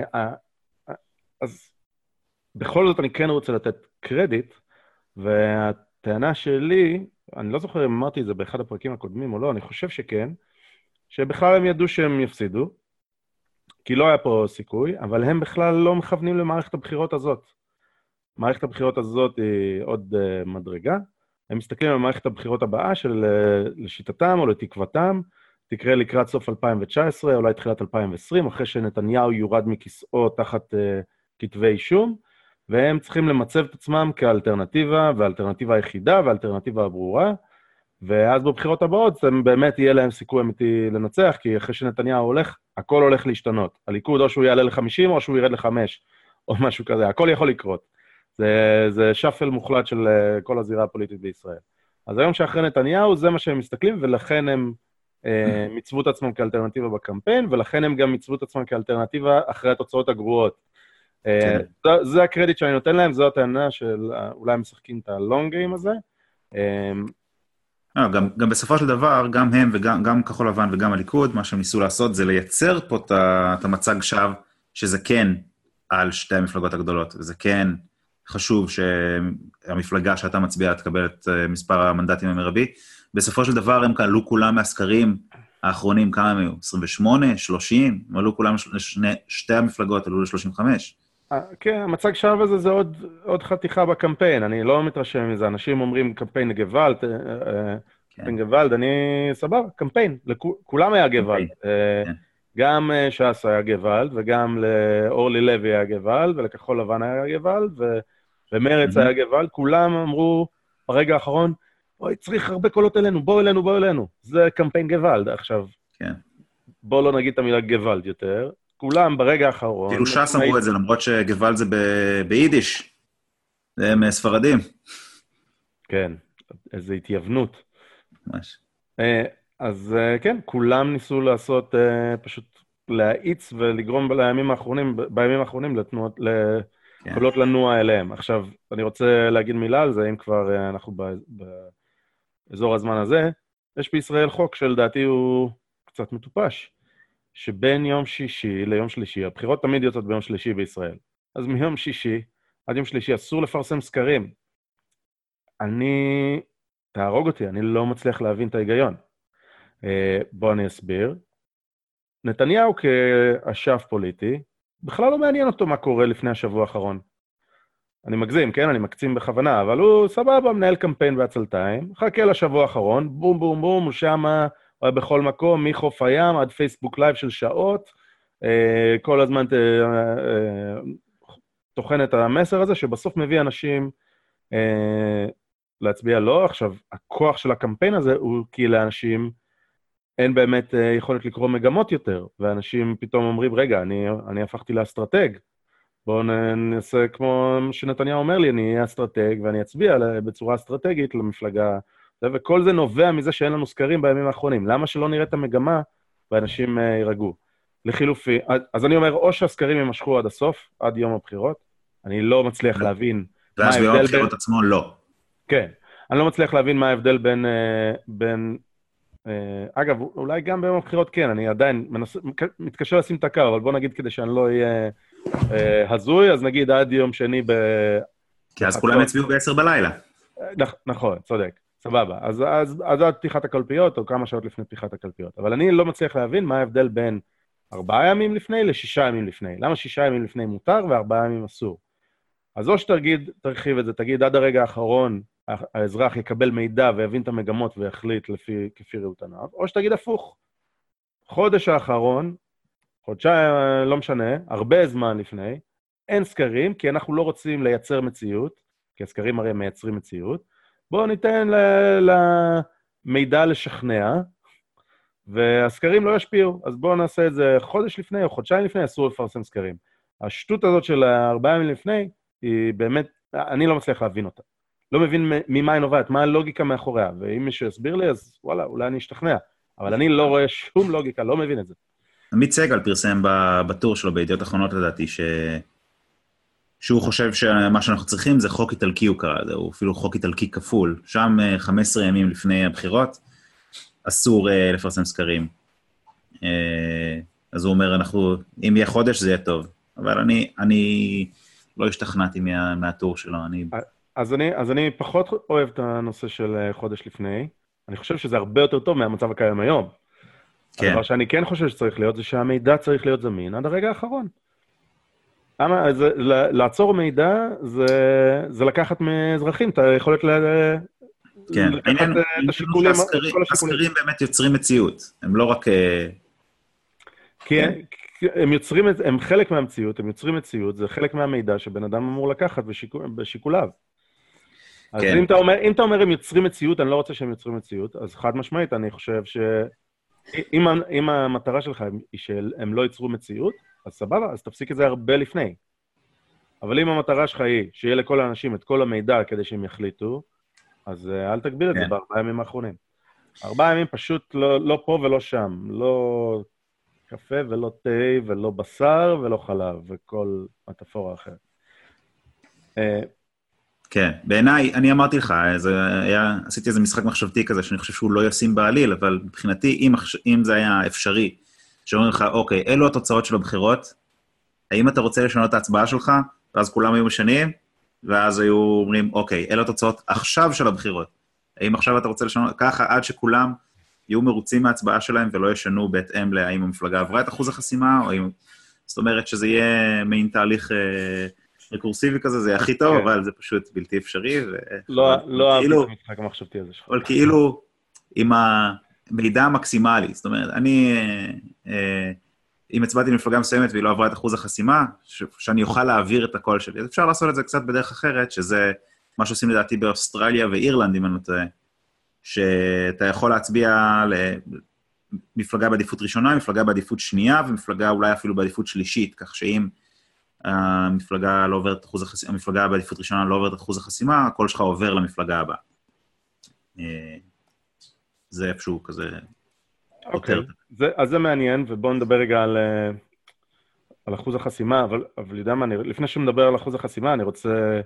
S4: אז בכל זאת אני כן רוצה לתת קרדיט, והטענה שלי, אני לא זוכר אם אמרתי את זה באחד הפרקים הקודמים או לא, אני חושב שכן, שבכלל הם ידעו שהם יפסידו, כי לא היה פה סיכוי, אבל הם בכלל לא מכוונים למערכת הבחירות הזאת. מערכת הבחירות הזאת היא עוד מדרגה, הם מסתכלים על מערכת הבחירות הבאה של לשיטתם או לתקוותם, תקרה לקראת סוף 2019, אולי תחילת 2020, אחרי שנתניהו יורד מכיסאו תחת כתבי אישום, והם צריכים למצב את עצמם כאלטרנטיבה, והאלטרנטיבה היחידה, והאלטרנטיבה הברורה, ואז בבחירות הבאות, הם באמת יהיה להם סיכוי אמיתי לנצח, כי אחרי שנתניהו הולך, הכל הולך להשתנות. הליכוד או שהוא יעלה ל-50, או שהוא ירד ל-5, או משהו כזה, הכל יכול לקרות. זה שפל מוחלט של כל הזירה הפוליטית בישראל. אז היום שאחרי נתניהו, זה מה שהם מסתכלים, ולכן הם מצוו את עצמם כאלטרנטיבה בקמפיין, ולכן הם גם מצוו את עצמם כאלטרנטיבה אחרי התוצאות הגרועות. זה הקרדיט שאני נותן להם, זו הטענה של אולי הם משחקים את הלונג גיים הזה.
S3: גם בסופו של דבר, גם הם וגם כחול לבן וגם הליכוד, מה שהם ניסו לעשות זה לייצר פה את המצג שווא, שזה כן על שתי המפלגות הגדולות, וזה כן חשוב שהמפלגה שאתה מצביע תקבל את מספר המנדטים המרבי. בסופו של דבר הם עלו כולם מהסקרים האחרונים, כמה הם היו? 28, 30? הם עלו כולם, שתי המפלגות עלו ל-35.
S4: כן, המצג שווא הזה זה עוד חתיכה בקמפיין, אני לא מתרשם מזה, אנשים אומרים קמפיין גוואלד, קמפיין גוואלד, אני סבבה, קמפיין, לכולם היה גוואלד, גם ש"ס היה גוואלד, וגם לאורלי לוי היה גוואלד, ולכחול לבן היה גוואלד, ומרץ היה גוואלד, כולם אמרו ברגע האחרון, אוי, צריך הרבה קולות אלינו, בואו אלינו, בואו אלינו, זה קמפיין גוואלד, עכשיו, בואו לא נגיד את המילה גוואלד יותר, כולם ברגע האחרון...
S3: כאילו ש"ס אמרו את זה, למרות שגוואלד זה ביידיש. הם ספרדים.
S4: כן, איזו התייוונות.
S3: ממש.
S4: אז כן, כולם ניסו לעשות, פשוט להאיץ ולגרום בימים האחרונים לקולות לנוע אליהם. עכשיו, אני רוצה להגיד מילה על זה, אם כבר אנחנו באזור הזמן הזה, יש בישראל חוק שלדעתי הוא קצת מטופש. שבין יום שישי ליום שלישי, הבחירות תמיד יוצאות ביום שלישי בישראל, אז מיום שישי עד יום שלישי אסור לפרסם סקרים. תהרוג אותי, אני לא מצליח להבין את ההיגיון. בוא אני אסביר. נתניהו כאשף פוליטי, בכלל לא מעניין אותו מה קורה לפני השבוע האחרון. אני מגזים, כן? אני מקצים בכוונה, אבל הוא סבבה, מנהל קמפיין בעצלתיים, חכה לשבוע האחרון, בום בום בום, הוא שמה... בכל מקום, מחוף הים עד פייסבוק לייב של שעות, כל הזמן תוכן את המסר הזה, שבסוף מביא אנשים להצביע לא. עכשיו, הכוח של הקמפיין הזה הוא כי לאנשים אין באמת יכולת לקרוא מגמות יותר, ואנשים פתאום אומרים, רגע, אני הפכתי לאסטרטג, בואו נעשה כמו שנתניהו אומר לי, אני אהיה אסטרטג, ואני אצביע בצורה אסטרטגית למפלגה, וכל זה נובע מזה שאין לנו סקרים בימים האחרונים. למה שלא נראה את המגמה, ואנשים יירגעו? לחילופי, אז אני אומר, או שהסקרים יימשכו עד הסוף, עד יום הבחירות, אני לא מצליח להבין מה
S3: ואז ביום
S4: ההבדל
S3: הבחירות עצמו לא.
S4: כן, אני לא מצליח להבין מה ההבדל בין אגב, אולי גם ביום הבחירות כן, אני עדיין מתקשר לשים את הקו, אבל בוא נגיד כדי שאני לא אהיה הזוי, אז נגיד עד יום שני
S3: כי אז כולם יצביעו ב-10 בלילה.
S4: נכון, צודק, סבבה. אז עד פתיחת הקלפיות, או כמה שעות לפני פתיחת הקלפיות. אבל אני לא מצליח להבין מה ההבדל בין 4 ימים לפני ל6 ימים לפני. למה 6 ימים לפני מותר ו4 ימים אסור? אז או תרחיב את זה, תגיד עד הרגע האחרון, האזרח יקבל מידע ויבין את המגמות ויחליט כפי ראות עיניו, או שתגיד הפוך. חודש האחרון, חודשיים, לא משנה, הרבה זמן לפני, אין סקרים, כי אנחנו לא רוצים לייצר מציאות, כי הסקרים הרי מייצרים מציאות, בואו ניתן למידע לשכנע, והסקרים לא ישפיעו, אז בואו נעשה את זה חודש לפני או חודשיים לפני, אסור לפרסם סקרים. השטות הזאת של 4 ימים לפני, היא באמת, אני לא מצליח להבין אותה. לא מבין ממה היא נובעת, מה הלוגיקה מאחוריה, ואם מישהו יסביר לי, אז וואלה, אולי אני אשתכנע. אבל אני לא רואה שום לוגיקה, לא מבין את זה.
S3: עמית סגל פרסם בטור שלו, בידיעות אחרונות לדעתי, שהוא חושב שמה שאנחנו צריכים זה חוק איטלקי, הוא קרא, הוא אפילו חוק איטלקי כפול. שם 15 ימים לפני הבחירות, אסור לפרסם סקרים. אז הוא אומר, אם יהיה חודש זה יהיה טוב. אבל אני לא השתכנעתי מהטור שלו.
S4: אז אני פחות אוהב את הנושא של חודש לפני. אני חושב שזה הרבה יותר טוב מהמצב הקיים היום. כן. הדבר שאני כן חושב שצריך להיות, זה שהמידע צריך להיות זמין עד הרגע האחרון. לעצור מידע זה לקחת מאזרחים, אתה יכולת
S3: כן,
S4: לקחת את השיקולים.
S3: הסקרים באמת יוצרים מציאות, הם לא רק...
S4: כי הם יוצרים, הם חלק מהמציאות, הם יוצרים מציאות, זה חלק מהמידע שבן אדם אמור לקחת בשיקוליו. אז אם אתה אומר הם יוצרים מציאות, אני לא רוצה שהם יוצרים מציאות, אז חד משמעית, אני חושב שאם המטרה שלך היא שהם לא ייצרו מציאות, אז סבבה, אז תפסיק את זה הרבה לפני. אבל אם המטרה שלך היא שיהיה לכל האנשים את כל המידע כדי שהם יחליטו, אז אל תגביל את זה ב4 ימים האחרונים. 4 ימים פשוט לא פה ולא שם, לא קפה ולא תה ולא בשר ולא חלב, וכל מטאפורה אחרת.
S3: כן, בעיניי, אני אמרתי לך, עשיתי איזה משחק מחשבתי כזה, שאני חושב שהוא לא ישים בעליל, אבל מבחינתי, אם זה היה אפשרי, שאומרים לך, אוקיי, אלו התוצאות של הבחירות, האם אתה רוצה לשנות את ההצבעה שלך? ואז כולם היו משנים, ואז היו אומרים, אוקיי, אלו התוצאות עכשיו של הבחירות. האם עכשיו אתה רוצה לשנות ככה, עד שכולם יהיו מרוצים מההצבעה שלהם, ולא ישנו בהתאם להאם המפלגה עברה את אחוז החסימה, או אם... זאת אומרת שזה יהיה מין תהליך רקורסיבי כזה, זה הכי טוב, אבל זה פשוט בלתי אפשרי.
S4: לא אהבתי את המשחק המחשבתי הזה שלך.
S3: אבל כאילו, עם המידע המקסימלי, זאת אומרת, אם הצבעתי למפלגה מסוימת והיא לא עברה את אחוז החסימה, שאני אוכל להעביר את הקול שלי. אז אפשר לעשות את זה קצת בדרך אחרת, שזה מה שעושים לדעתי באוסטרליה ואירלנד, אם אני לא טועה, שאתה יכול להצביע למפלגה בעדיפות ראשונה, מפלגה בעדיפות שנייה, ומפלגה אולי אפילו בעדיפות שלישית, כך שאם המפלגה לא עוברת אחוז החסימה, המפלגה בעדיפות ראשונה לא עוברת אחוז החסימה, הקול שלך עובר למפלגה הבאה. זה איפשהו כזה...
S4: אוקיי, אז זה מעניין, ובואו נדבר רגע על אחוז החסימה, אבל יודע מה, לפני שנדבר על אחוז החסימה, אני רוצה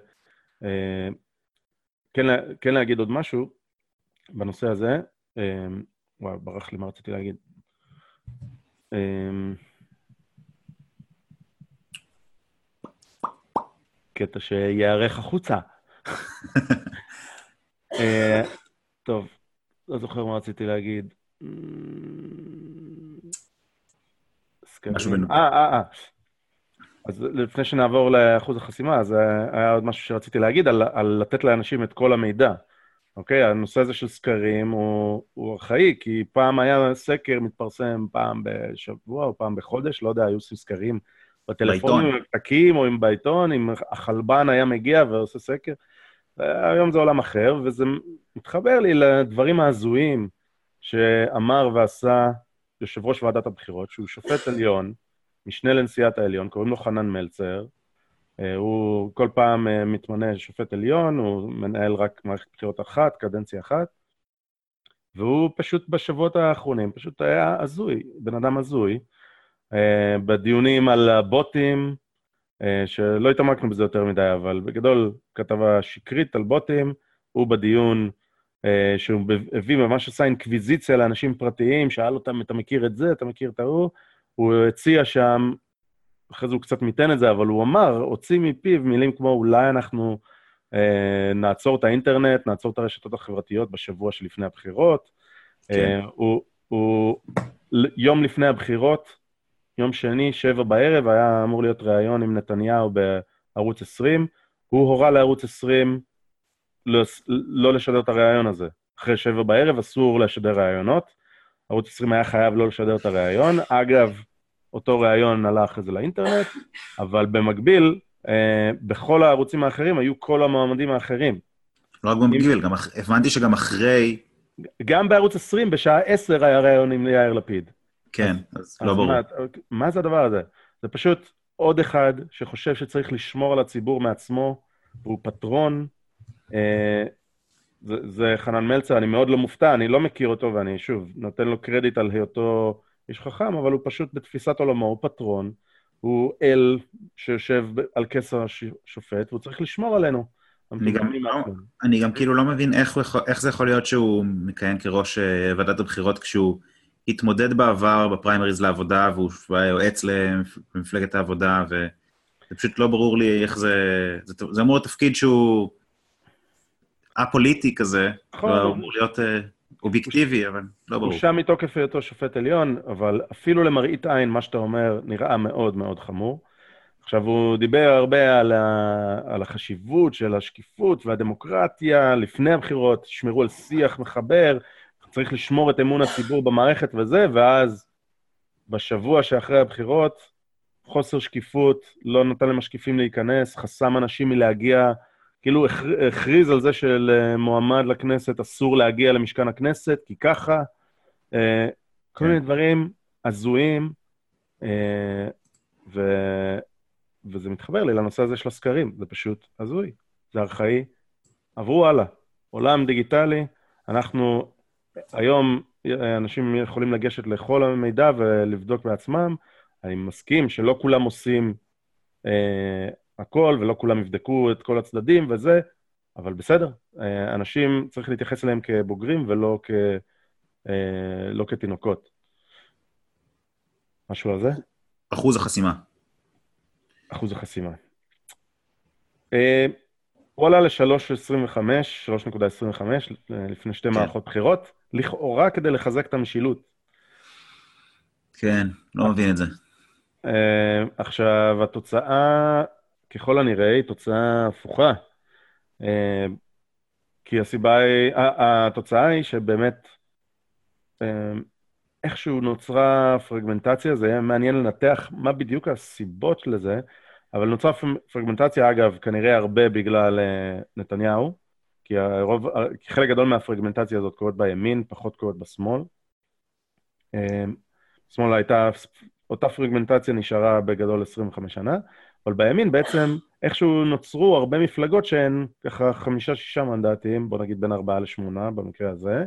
S4: כן להגיד עוד משהו בנושא הזה. וואו, ברח לי מה רציתי להגיד. קטע שיערך החוצה. טוב, לא זוכר מה רציתי להגיד. אז לפני שנעבור לאחוז החסימה, אז היה עוד משהו שרציתי להגיד, על לתת לאנשים את כל המידע. אוקיי? הנושא הזה של סקרים הוא ארכאי, כי פעם היה סקר מתפרסם פעם בשבוע או פעם בחודש, לא יודע, היו עושים סקרים בטלפונים, עם הפתקים או עם בעיתון, אם החלבן היה מגיע ועושה סקר. היום זה עולם אחר, וזה מתחבר לי לדברים ההזויים שאמר ועשה יושב ראש ועדת הבחירות, שהוא שופט עליון, משנה לנשיאת העליון, קוראים לו חנן מלצר, הוא כל פעם מתמנה שופט עליון, הוא מנהל רק מערכת בחירות אחת, קדנציה אחת, והוא פשוט בשבועות האחרונים, פשוט היה הזוי, בן אדם הזוי, בדיונים על הבוטים, שלא התעמקנו בזה יותר מדי, אבל בגדול כתבה שקרית על בוטים, הוא בדיון שהוא הביא ממש עשה אינקוויזיציה לאנשים פרטיים, שאל אותם, אתה מכיר את זה, אתה מכיר את ההוא, הוא הציע שם, אחרי זה הוא קצת מיתן את זה, אבל הוא אמר, הוציא מפיו מילים כמו, אולי אנחנו נעצור את האינטרנט, נעצור את הרשתות החברתיות בשבוע שלפני הבחירות. כן. הוא יום לפני הבחירות, יום שני, 7 בערב, היה אמור להיות ראיון עם נתניהו בערוץ 20, הוא הורה לערוץ 20 לא לשדר את הראיון הזה. אחרי 7 בערב אסור לשדר ראיונות, ערוץ 20 היה חייב לא לשדר את הראיון, אגב, אותו ראיון עלה אחרי זה לאינטרנט, אבל במקביל, בכל הערוצים האחרים היו כל המועמדים האחרים.
S3: לא רק במקביל, גם הבנתי שגם אחרי...
S4: גם בערוץ 20, בשעה 10 היה ראיון עם יאיר לפיד.
S3: כן, אז לא ברור.
S4: מה זה הדבר הזה? זה פשוט עוד אחד שחושב שצריך לשמור על הציבור מעצמו, והוא פטרון, זה חנן מלצר, אני מאוד לא מופתע, אני לא מכיר אותו, ואני שוב נותן לו קרדיט על היותו איש חכם, אבל הוא פשוט בתפיסת עולמו, הוא פטרון, הוא אל שיושב על כס השופט, והוא צריך לשמור עלינו.
S3: אני גם כאילו לא מבין איך זה יכול להיות שהוא מכהן כראש ועדת הבחירות, כשהוא התמודד בעבר בפריימריז לעבודה, והוא היה יועץ למפלגת העבודה, וזה פשוט לא ברור לי איך זה אמור לתפקיד שהוא הפוליטי כזה, הוא אמור להיות אובייקטיבי, אבל לא ברור.
S4: הוא שם מתוקף היותו שופט עליון, אבל אפילו למראית עין, מה שאתה אומר, נראה מאוד מאוד חמור. עכשיו, הוא דיבר הרבה על החשיבות של השקיפות והדמוקרטיה לפני הבחירות, שמרו על שיח מחבר, צריך לשמור את אמון הציבור במערכת וזה, ואז בשבוע שאחרי הבחירות, חוסר שקיפות, לא נתן למשקיפים להיכנס, חסם אנשים מלהגיע, כאילו הכריז על זה של מועמד לכנסת, אסור להגיע למשכן הכנסת, כי ככה, כל מיני דברים הזויים, וזה מתחבר לי לנושא הזה של הסקרים, זה פשוט הזוי, זה ארכאי, עברו הלאה, עולם דיגיטלי, אנחנו היום אנשים יכולים לגשת לכל המידע ולבדוק בעצמם, אני מסכים שלא כולם עושים הכל, ולא כולם יבדקו את כל הצדדים וזה, אבל בסדר, אנשים צריך להתייחס אליהם כבוגרים ולא לא כתינוקות. משהו על זה?
S3: אחוז החסימה.
S4: אחוז החסימה. הוא עלה ל-3.25, 3.25, לפני 2 מערכות בחירות, לכאורה כדי לחזק את המשילות.
S3: כן, לא מבין את זה.
S4: עכשיו, התוצאה, ככל הנראה, היא תוצאה הפוכה. כי התוצאה היא שבאמת, איכשהו נוצרה פרגמנטציה, זה היה מעניין לנתח מה בדיוק הסיבות לזה, אבל נוצרה פרגמנטציה, אגב, כנראה הרבה בגלל נתניהו, כי חלק גדול מהפרגמנטציה הזאת קורית בימין, פחות קורית בשמאל. בשמאל הייתה, אותה פרגמנטציה נשארה בגדול 25 שנה, אבל בימין בעצם איכשהו נוצרו הרבה מפלגות שהן ככה 5-6 מנדטים, בוא נגיד בין 4 ל-8 במקרה הזה,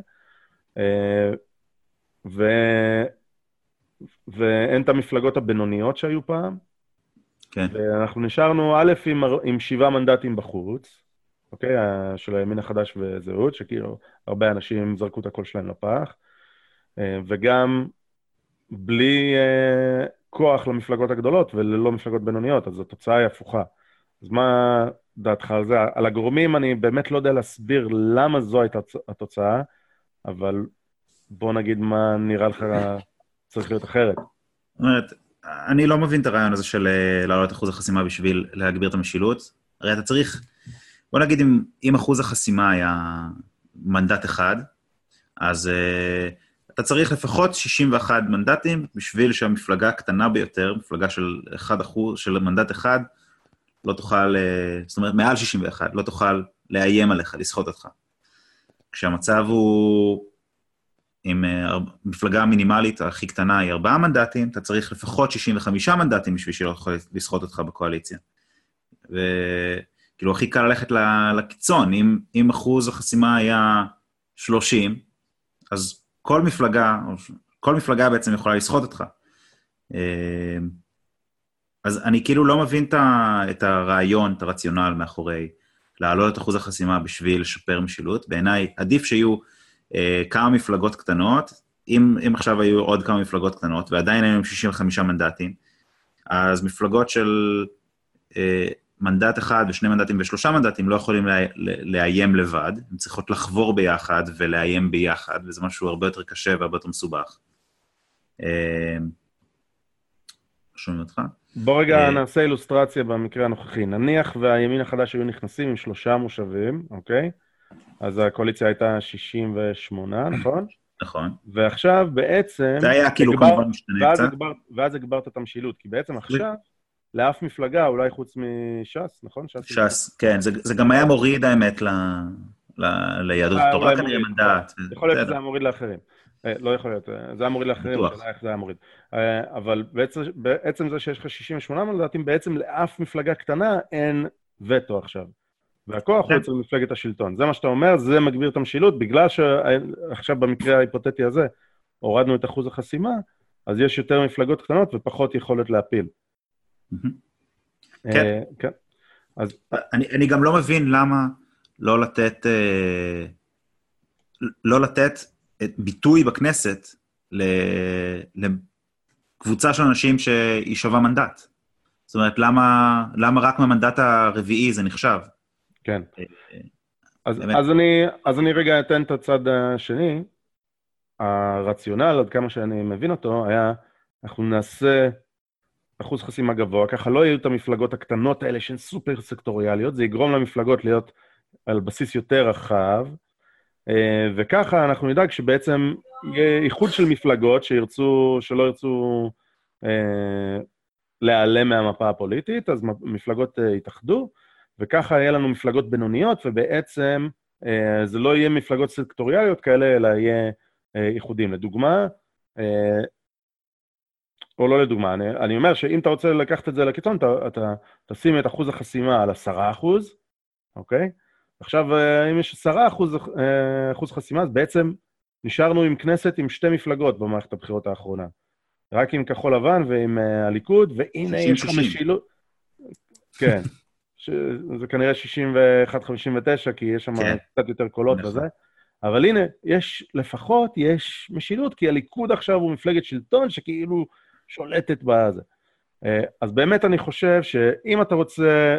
S4: ואין את המפלגות הבינוניות שהיו פעם,
S3: כן.
S4: ואנחנו נשארנו א' עם 7 מנדטים בחוץ, אוקיי? של הימין החדש וזהות, שכאילו הרבה אנשים זרקו את הקול שלהם לפח, וגם בלי כוח למפלגות הגדולות וללא מפלגות בינוניות, אז התוצאה היא הפוכה. אז מה דעתך על זה? על הגורמים אני באמת לא יודע להסביר למה זו הייתה התוצאה, אבל בוא נגיד מה נראה לך צריך להיות אחרת.
S3: זאת אומרת, אני לא מבין את הרעיון הזה של להעלות אחוז החסימה בשביל להגביר את המשילות. הרי אתה צריך, בוא נגיד אם אחוז החסימה היה מנדט אחד, אז אתה צריך לפחות 61 מנדטים, בשביל שהמפלגה הקטנה ביותר, מפלגה של 1%, של מנדט אחד, לא תוכל, זאת אומרת, מעל 61, לא תוכל לאיים עליך, לסחוט אותך. כשהמצב הוא, עם מפלגה המינימלית הכי קטנה היא 4 מנדטים, אתה צריך לפחות 65 מנדטים בשביל שלא יכול לסחוט אותך בקואליציה. וכאילו, הכי קל ללכת לקיצון, אם אחוז החסימה היה 30, אז כל מפלגה בעצם יכולה לסחוט אותך. אז אני כאילו לא מבין את הרעיון, את הרציונל מאחורי, להעלות את אחוז החסימה בשביל לשפר משילות. בעיניי, עדיף שיהיו כמה מפלגות קטנות, אם עכשיו היו עוד כמה מפלגות קטנות, ועדיין היו 65 מנדטים, אז מפלגות של מנדט אחד ושני מנדטים ושלושה מנדטים לא יכולים לאיים לבד, הם צריכות לחבור ביחד ולאיים ביחד, וזה משהו הרבה יותר קשה והרבה יותר מסובך. שומעים אותך?
S4: בוא רגע נעשה אילוסטרציה במקרה הנוכחי. נניח והימין החדש היו נכנסים עם 3 מושבים, אוקיי? אז הקואליציה הייתה 68, נכון?
S3: נכון.
S4: ועכשיו בעצם...
S3: זה היה כאילו כמובן משתנה קצת.
S4: ואז הגברת את המשילות, כי בעצם עכשיו, לאף מפלגה, אולי חוץ מש"ס, נכון?
S3: ש"ס, כן. זה גם היה מוריד האמת ליהדות התורה כנראה מנדט.
S4: יכול להיות שזה היה מוריד לאחרים. לא יכול להיות, זה היה מוריד לאחרים, השאלה איך זה היה מוריד. אבל בעצם זה שיש לך 68 מנדטים, בעצם לאף מפלגה קטנה אין וטו עכשיו. והכוח הוא אצל מפלגת השלטון. זה מה שאתה אומר, זה מגביר את המשילות, בגלל שעכשיו במקרה ההיפותטי הזה, הורדנו את אחוז החסימה, אז יש יותר מפלגות קטנות ופחות יכולת להפיל.
S3: כן. אני גם לא מבין למה לא לתת ביטוי בכנסת לקבוצה של אנשים שהיא שווה מנדט. זאת אומרת, למה רק מהמנדט הרביעי זה נחשב?
S4: כן. אז אני רגע אתן את הצד השני. הרציונל, עד כמה שאני מבין אותו, היה, אנחנו נעשה אחוז חסימה גבוה, ככה לא יהיו את המפלגות הקטנות האלה שהן סופר סקטוריאליות, זה יגרום למפלגות להיות על בסיס יותר רחב, וככה אנחנו נדאג שבעצם יהיה איחוד של מפלגות שלא ירצו להיעלם מהמפה הפוליטית, אז מפלגות יתאחדו, וככה יהיה לנו מפלגות בינוניות, ובעצם זה לא יהיה מפלגות סקטוריאליות כאלה, אלא יהיה איחודים. לדוגמה, או לא לדוגמה, אני אומר שאם אתה רוצה לקחת את זה לקיצון, אתה תשים את אחוז החסימה על 10%, אוקיי? עכשיו, אם יש 10% אחוז חסימה, אז בעצם נשארנו עם כנסת עם 2 מפלגות במערכת הבחירות האחרונה. רק עם כחול לבן ועם הליכוד, והנה יש לך משילות. כן, זה כנראה 61-59, כי יש שם קצת יותר קולות וזה. אבל הנה, לפחות יש משילות, כי הליכוד עכשיו הוא מפלגת שלטון שכאילו שולטת בזה. אז באמת אני חושב שאם אתה רוצה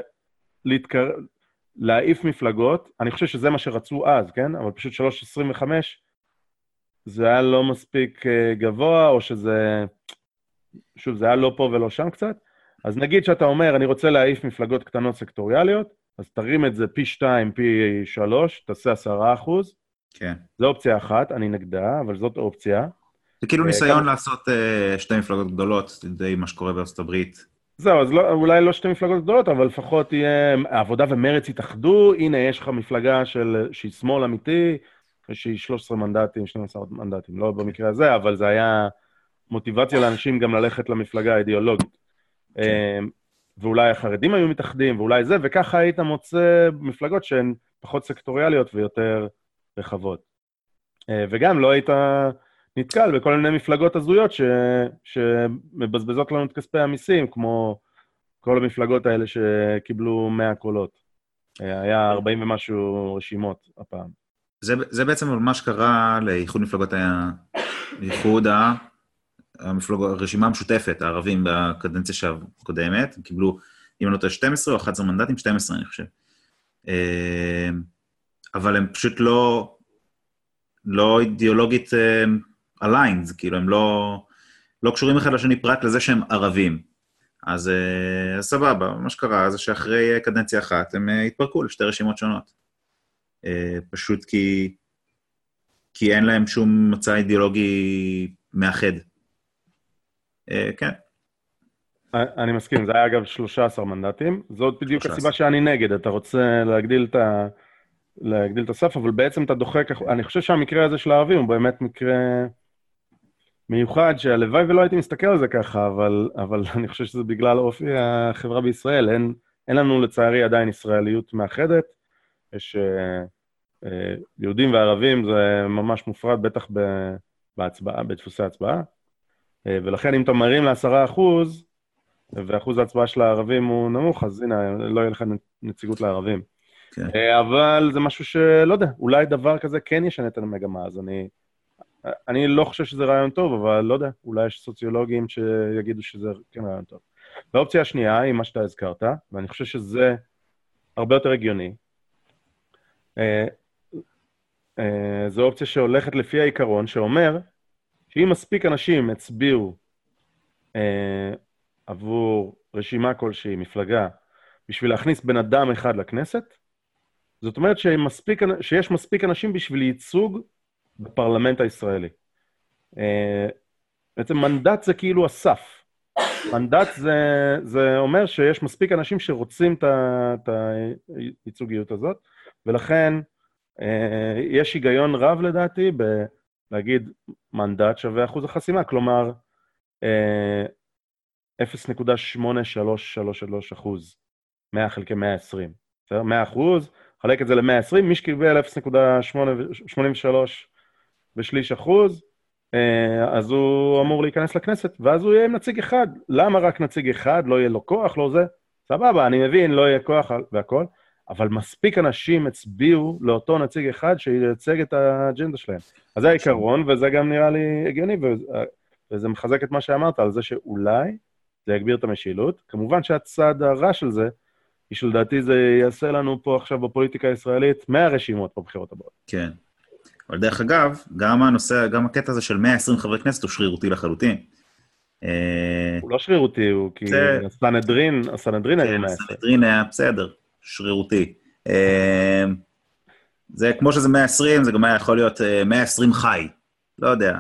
S4: להעיף מפלגות, אני חושב שזה מה שרצו אז, כן? אבל פשוט 3.25, זה היה לא מספיק גבוה, או שזה, שוב, זה היה לא פה ולא שם קצת. אז נגיד שאתה אומר, אני רוצה להעיף מפלגות קטנות סקטוריאליות, אז תרים את זה פי 2, פי 3, תעשה 10%. כן. זו אופציה אחת, אני נגדה, אבל זאת אופציה.
S3: זה כאילו ניסיון לעשות 2 מפלגות גדולות, די מה שקורה בארצות הברית.
S4: זהו, אז אולי לא 2 מפלגות גדולות, אבל לפחות יהיה, העבודה ומרץ יתאחדו, הנה יש לך מפלגה שהיא שמאל אמיתי, שהיא 13 מנדטים, 12 מנדטים, לא במקרה הזה, אבל זה היה מוטיבציה לאנשים גם ללכת למפלגה האידיאולוגית. ואולי החרדים היו מתאחדים, ואולי זה, וככה היית מוצא מפלגות שהן פחות סקטוריאליות ויותר רחבות. וגם לא היית נתקל בכל מיני מפלגות הזויות שמבזבזות לנו את כספי המיסים, כמו כל המפלגות האלה שקיבלו 100 קולות. היה 40 ומשהו רשימות הפעם.
S3: זה בעצם מה שקרה לאיחוד מפלגות הרשימה המשותפת, הערבים בקדנציה הקודמת, הם קיבלו, אם לא 12 או 11 מנדטים, 12 אני חושב. אבל הם פשוט לא אידיאולוגית aligned, כאילו הם לא קשורים אחד לשני פרט לזה שהם ערבים. אז סבבה, מה שקרה זה שאחרי קדנציה אחת הם התפרקו לשתי רשימות שונות. פשוט כי כי אין להם שום מצע אידיאולוגי מאחד. כן.
S4: אני מסכים, זה היה אגב 13 מנדטים, זאת בדיוק
S3: 13.
S4: הסיבה שאני נגד, אתה רוצה להגדיל את הסף, אבל בעצם אתה דוחק, אני חושב שהמקרה הזה של הערבים הוא באמת מקרה מיוחד, שהלוואי ולא הייתי מסתכל על זה ככה, אבל אני חושב שזה בגלל אופי החברה בישראל, אין לנו לצערי עדיין ישראליות מאחדת, יש יהודים וערבים, זה ממש מופרד בטח בהצבעה, בדפוסי ההצבעה, ולכן אם אתה מרים ל10%, ואחוז ההצבעה של הערבים הוא נמוך, אז הנה, לא יהיה לך נציגות לערבים.
S3: כן.
S4: אבל זה משהו שלא יודע, אולי דבר כזה כן ישנה את המגמה, אז אני לא חושב שזה רעיון טוב, אבל לא יודע, אולי יש סוציולוגים שיגידו שזה כן רעיון טוב. והאופציה השנייה היא מה שאתה הזכרת, ואני חושב שזה הרבה יותר הגיוני. זו אופציה שהולכת לפי העיקרון, שאומר שאם מספיק אנשים הצביעו עבור רשימה כלשהי, מפלגה, בשביל להכניס בן אדם אחד לכנסת, זאת אומרת שיש מספיק אנשים בשביל ייצוג בפרלמנט הישראלי. בעצם מנדט זה כאילו הסף. מנדט זה אומר שיש מספיק אנשים שרוצים את הייצוגיות הזאת, ולכן יש היגיון רב לדעתי להגיד מנדט שווה אחוז החסימה, כלומר 0.8333%, 100 חלקי 120. 100%, חלק את זה ל-120, מי שקיבל 0.83 בשליש אחוז, אז הוא אמור להיכנס לכנסת, ואז הוא יהיה עם נציג אחד. למה רק נציג אחד? לא יהיה לו כוח, לא זה? סבבה, אני מבין, לא יהיה כוח והכל, אבל מספיק אנשים הצביעו לאותו נציג אחד שייצג את האג'נדה שלהם. אז זה העיקרון, וזה גם נראה לי הגיוני, וזה מחזק את מה שאמרת על זה שאולי זה יגביר את המשילות. כמובן שהצד הרע של זה, היא שלדעתי זה יעשה לנו פה עכשיו בפוליטיקה הישראלית 100 רשימות בבחירות הבאות. כן.
S3: אבל דרך אגב, גם הקטע הזה של 120 חברי כנסת הוא שרירותי לחלוטין.
S4: הוא לא שרירותי, הוא כי הסנהדרין היה 120.
S3: הסנהדרין היה בסדר, שרירותי. זה כמו שזה 120, זה גם היה יכול להיות 120 חי. לא יודע.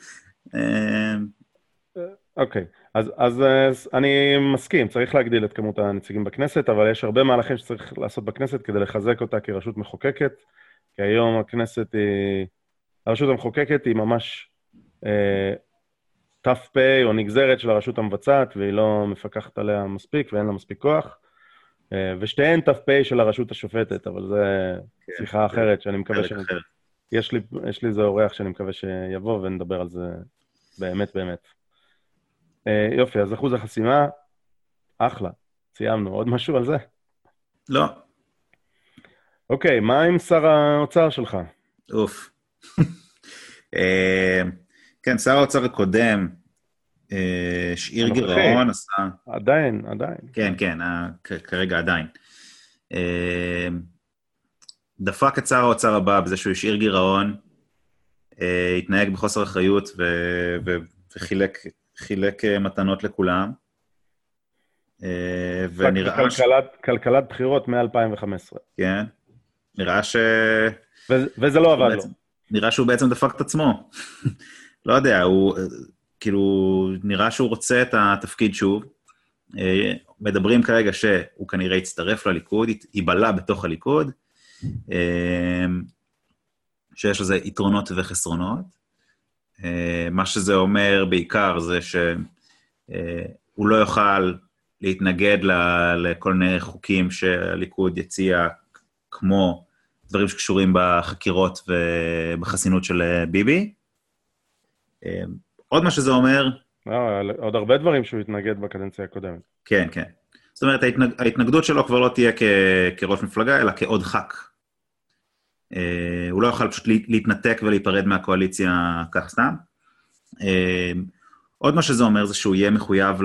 S4: אוקיי. אז אני מסכים, צריך להגדיל את כמות הנציגים בכנסת, אבל יש הרבה מהלכים שצריך לעשות בכנסת כדי לחזק אותה כרשות מחוקקת, כי היום הרשות המחוקקת היא ממש tough pay או נגזרת של הרשות המבצעת, והיא לא מפקחת עליה מספיק ואין לה מספיק כוח, ושתיהן tough pay של הרשות השופטת, אבל זה שיחה אחרת שאני מקווה יש לי איזה אורח שאני מקווה שיבוא ונדבר על זה באמת באמת. יופי, אז אחוז החסימה, אחלה, סיימנו. עוד משהו על זה?
S3: לא.
S4: אוקיי, מה עם שר האוצר שלך?
S3: אוף. כן, שר האוצר הקודם, שאיר גירעון, עשה...
S4: עדיין.
S3: כן, כרגע עדיין. דפק את שר האוצר הבא בזה שהוא השאיר גירעון, התנהג בחוסר אחריות וחילק מתנות לכולם, ונראה...
S4: כלכלת בחירות מ-2015.
S3: כן, נראה
S4: וזה לא עבד לו.
S3: נראה שהוא בעצם דפק את עצמו. לא יודע, הוא כאילו, נראה שהוא רוצה את התפקיד שוב. מדברים כרגע שהוא כנראה יצטרף לליכוד, ייבלה בתוך הליכוד, שיש לזה יתרונות וחסרונות. מה שזה אומר בעיקר זה שהוא לא יוכל להתנגד לכל מיני חוקים שהליכוד יציע, כמו דברים שקשורים בחקירות ובחסינות של ביבי. עוד מה שזה אומר...
S4: עוד הרבה דברים שהוא יתנגד בקדנציה הקודמת.
S3: כן. זאת אומרת, ההתנגדות שלו כבר לא תהיה כראש מפלגה, אלא כעוד ח"כ. הוא לא יוכל פשוט להתנתק ולהיפרד מהקואליציה כך סתם. עוד מה שזה אומר זה שהוא יהיה מחויב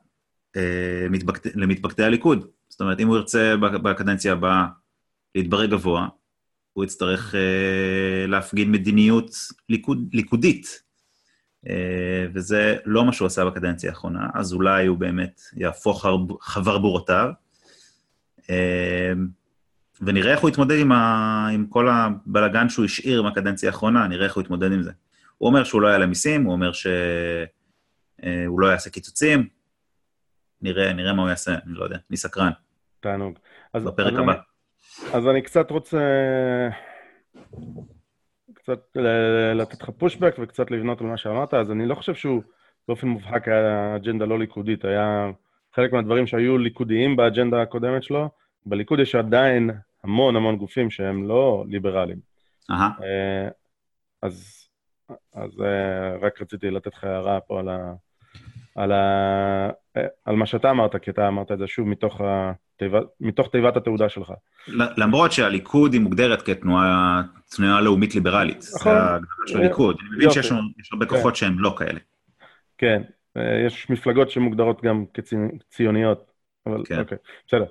S3: למתפקדי הליכוד. זאת אומרת, אם הוא ירצה בקדנציה הבאה להתברג גבוה, הוא יצטרך להפגין מדיניות ליכודית. וזה לא מה שהוא עשה בקדנציה האחרונה, אז אולי הוא באמת יהפוך חבר בורותיו. ונראה איך הוא יתמודד עם כל הבלגן שהוא השאיר מהקדנציה האחרונה, נראה איך הוא יתמודד עם זה. הוא אומר שהוא לא יעלה מיסים, הוא אומר שהוא לא יעשה קיצוצים, נראה מה הוא יעשה, אני לא יודע, אני סקרן.
S4: תענוג.
S3: בפרק הבא.
S4: אז אני קצת רוצה לתת לך פושבק וקצת לבנות על מה שאמרת, אז אני לא חושב שהוא באופן מובהק היה אג'נדה לא ליכודית, היה חלק מהדברים שהיו ליכודיים באג'נדה הקודמת שלו, בליכוד יש עדיין המון גופים שהם לא ליברליים. אז רק רציתי לתת לך הערה פה על מה שאתה אמרת, כי אתה אמרת את זה שוב מתוך תיבת התעודה שלך.
S3: למרות שהליכוד היא מוגדרת כתנועה לאומית ליברלית, זה ההגדרה של הליכוד. אני מבין שיש הרבה כוחות שהן לא כאלה. כן,
S4: יש מפלגות שמוגדרות גם כציוניות, אבל אוקיי, בסדר.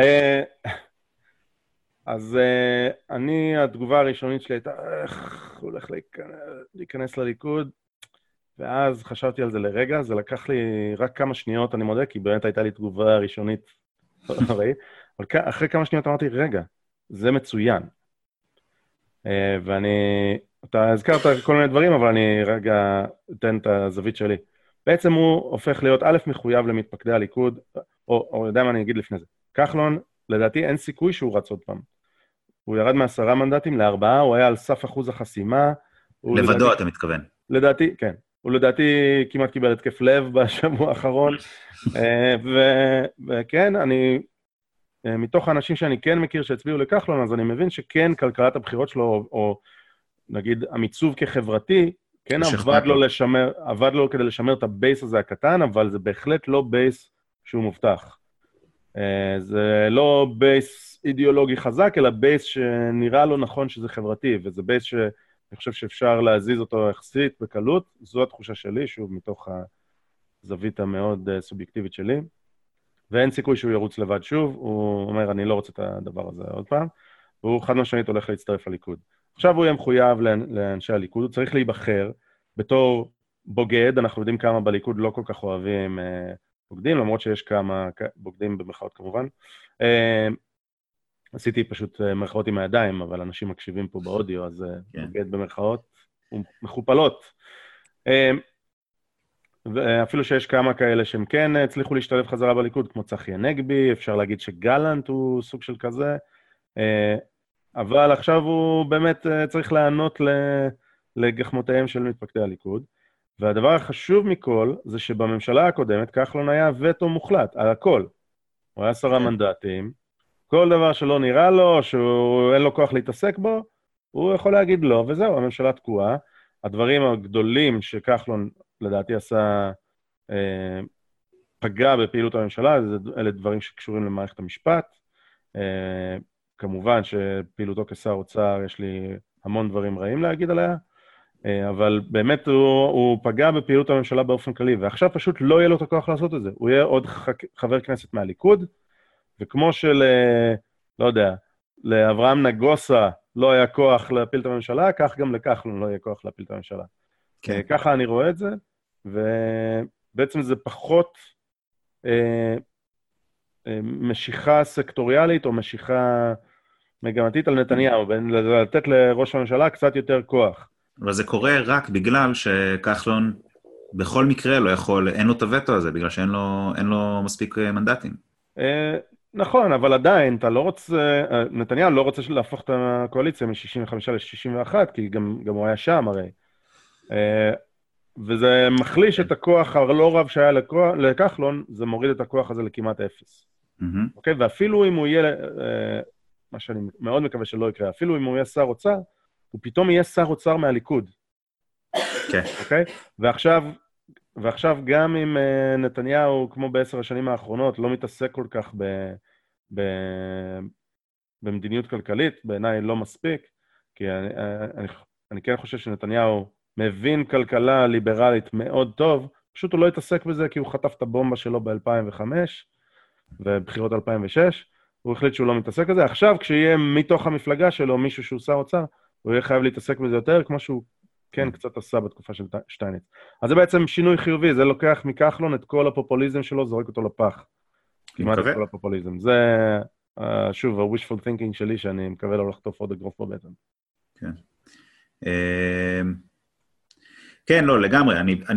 S4: אז התגובה הראשונית שלי הייתה, הוא הולך להיכנס לליכוד, ואז חשבתי על זה לרגע, זה לקח לי רק כמה שניות, אני מודה, כי באמת הייתה לי תגובה ראשונית, אבל אחרי כמה שניות אמרתי, רגע, זה מצוין. אתה הזכרת כל מיני דברים, אבל אני רגע אתן את הזווית שלי. בעצם הוא הופך להיות א' מחויב למתפקדי הליכוד, או יודע מה אני אגיד לפני זה. כחלון, לדעתי אין סיכוי שהוא רץ עוד פעם. הוא ירד מ10 מנדטים ל4, הוא היה על סף אחוז החסימה.
S3: לבדו אתה מתכוון.
S4: לדעתי, כן. הוא לדעתי כמעט קיבל התקף לב בשבוע האחרון. וכן, מתוך האנשים שאני כן מכיר שהצביעו לכחלון, אז אני מבין שכן כלכלת הבחירות שלו, או נגיד המיצוב כחברתי, כן עבד לו כדי לשמר את הבייס הזה הקטן, אבל זה בהחלט לא בייס שהוא מובטח. זה לא בייס אידיאולוגי חזק, אלא בייס שנראה לו נכון שזה חברתי, וזה בייס שאני חושב שאפשר להזיז אותו יחסית בקלות, זו התחושה שלי, שוב מתוך הזווית המאוד סובייקטיבית שלי, ואין סיכוי שהוא ירוץ לבד שוב, הוא אומר אני לא רוצה את הדבר הזה עוד פעם, והוא חד משמעית הולך להצטרף לליכוד. עכשיו הוא יהיה מחויב לאנשי הליכוד, הוא צריך להיבחר בתור בוגד, אנחנו יודעים כמה בליכוד לא כל כך אוהבים בוגדים, למרות שיש כמה בוגדים במרכאות כמובן. עשיתי פשוט מרכאות עם הידיים, אבל אנשים מקשיבים פה באודיו, אז בוגד במרכאות, ומכופלות. ואפילו שיש כמה כאלה שהם כן הצליחו להשתלב חזרה בליכוד, כמו צחי הנגבי, אפשר להגיד שגלנט הוא סוג של כזה, אבל עכשיו הוא באמת צריך לענות לגחמותיהם של מתפקדי הליכוד, והדבר החשוב מכל זה שבממשלה הקודמת כחלון היה וטו מוחלט על הכל. הוא היה 10 מנדטים, כל דבר שלא נראה לו, שאין לו כוח להתעסק בו, הוא יכול להגיד לא, וזהו, הממשלה תקועה. הדברים הגדולים שכחלון לדעתי עשה, פגע בפעילות הממשלה, אלה דברים שקשורים למערכת המשפט. כמובן שפעילותו כשר אוצר יש לי המון דברים רעים להגיד עליה, אבל באמת הוא פגע בפעילות הממשלה באופן כללי, ועכשיו פשוט לא יהיה לו את הכוח לעשות את זה. הוא יהיה עוד חבר כנסת מהליכוד, וכמו לא יודע, לאברהם נגוסה לא היה כוח להפיל את הממשלה, כך גם לכחלון לא יהיה כוח להפיל את הממשלה. כן. ככה אני רואה את זה, ובעצם זה פחות משיכה סקטוריאלית או משיכה מגמתית על נתניהו, לתת לראש הממשלה קצת יותר כוח.
S3: אבל זה קורה רק בגלל שכחלון בכל מקרה לא יכול, אין לו את הווטו הזה, בגלל שאין לו מספיק מנדטים.
S4: נכון, אבל עדיין, אתה לא רוצה, נתניהו לא רוצה להפוך את הקואליציה מ-65 ל-61, כי גם הוא היה שם הרי. וזה מחליש את הכוח הלא רב שהיה לכחלון, זה מוריד את הכוח הזה לכמעט 0. אוקיי? ואפילו אם הוא יהיה, מה שאני מאוד מקווה שלא יקרה, אפילו אם הוא יהיה שר אוצר, הוא פתאום יהיה שר אוצר מהליכוד. אוקיי? ועכשיו גם אם נתניהו, כמו ב10 השנים האחרונות, לא מתעסק כל כך במדיניות כלכלית, בעיניי לא מספיק, כי אני כן חושב שנתניהו מבין כלכלה ליברלית מאוד טוב, פשוט הוא לא יתעסק בזה כי הוא חטף את הבומבה שלו ב-2005, ובחירות 2006, הוא החליט שהוא לא מתעסק בזה. עכשיו כשיהיה מתוך המפלגה שלו מישהו שהוא שר אוצר, הוא יהיה חייב להתעסק בזה יותר, כמו שהוא כן קצת עשה בתקופה של שטייניץ. אז זה בעצם שינוי חיובי, זה לוקח מכחלון את כל הפופוליזם שלו, זורק אותו לפח. כמעט את כל הפופוליזם. שוב, ה-wishful thinking שלי, שאני מקווה לא לחטוף עוד אגרוף בבטן.
S3: כן. כן, לא, לגמרי.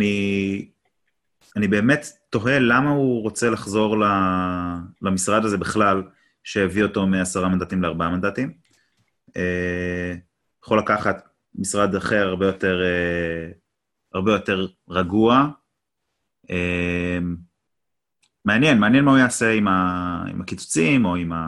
S3: אני באמת תוהה למה הוא רוצה לחזור למשרד הזה בכלל, שהביא אותו מ10 מנדטים ל4 מנדטים. יכול לקחת משרד אחר הרבה יותר רגוע. מעניין מה הוא יעשה עם הקיצוצים, או עם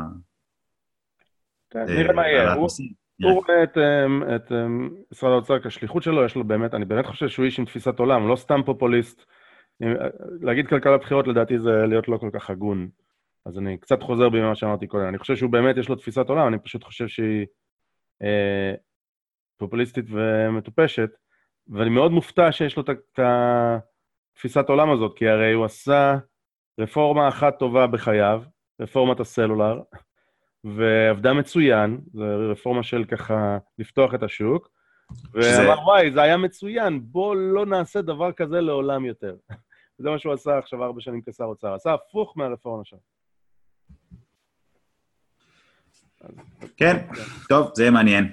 S4: נראה מה יהיה. הוא רואה את משרד האוצר כשליחות שלו, יש לו באמת, אני באמת חושב שהוא איש עם תפיסת עולם, לא סתם פופוליסט. להגיד כלכלה בחירות, לדעתי זה להיות לא כל כך הגון. אז אני קצת חוזר במה שאמרתי קודם. אני חושב שהוא באמת יש לו תפיסת עולם, אני פשוט חושב שהיא פופוליסטית ומטופשת, ואני מאוד מופתע שיש לו את התפיסת עולם הזאת, כי הרי הוא עשה רפורמה אחת טובה בחייו, רפורמת הסלולר, ועבדה מצוין, זו רפורמה של ככה לפתוח את השוק, ואמר, וואי, זה היה מצוין, בוא לא נעשה דבר כזה לעולם יותר. זה מה שהוא עשה עכשיו 4 שנים כשר אוצר, עשה הפוך מהרפורמה שם.
S3: כן, טוב, זה יהיה מעניין.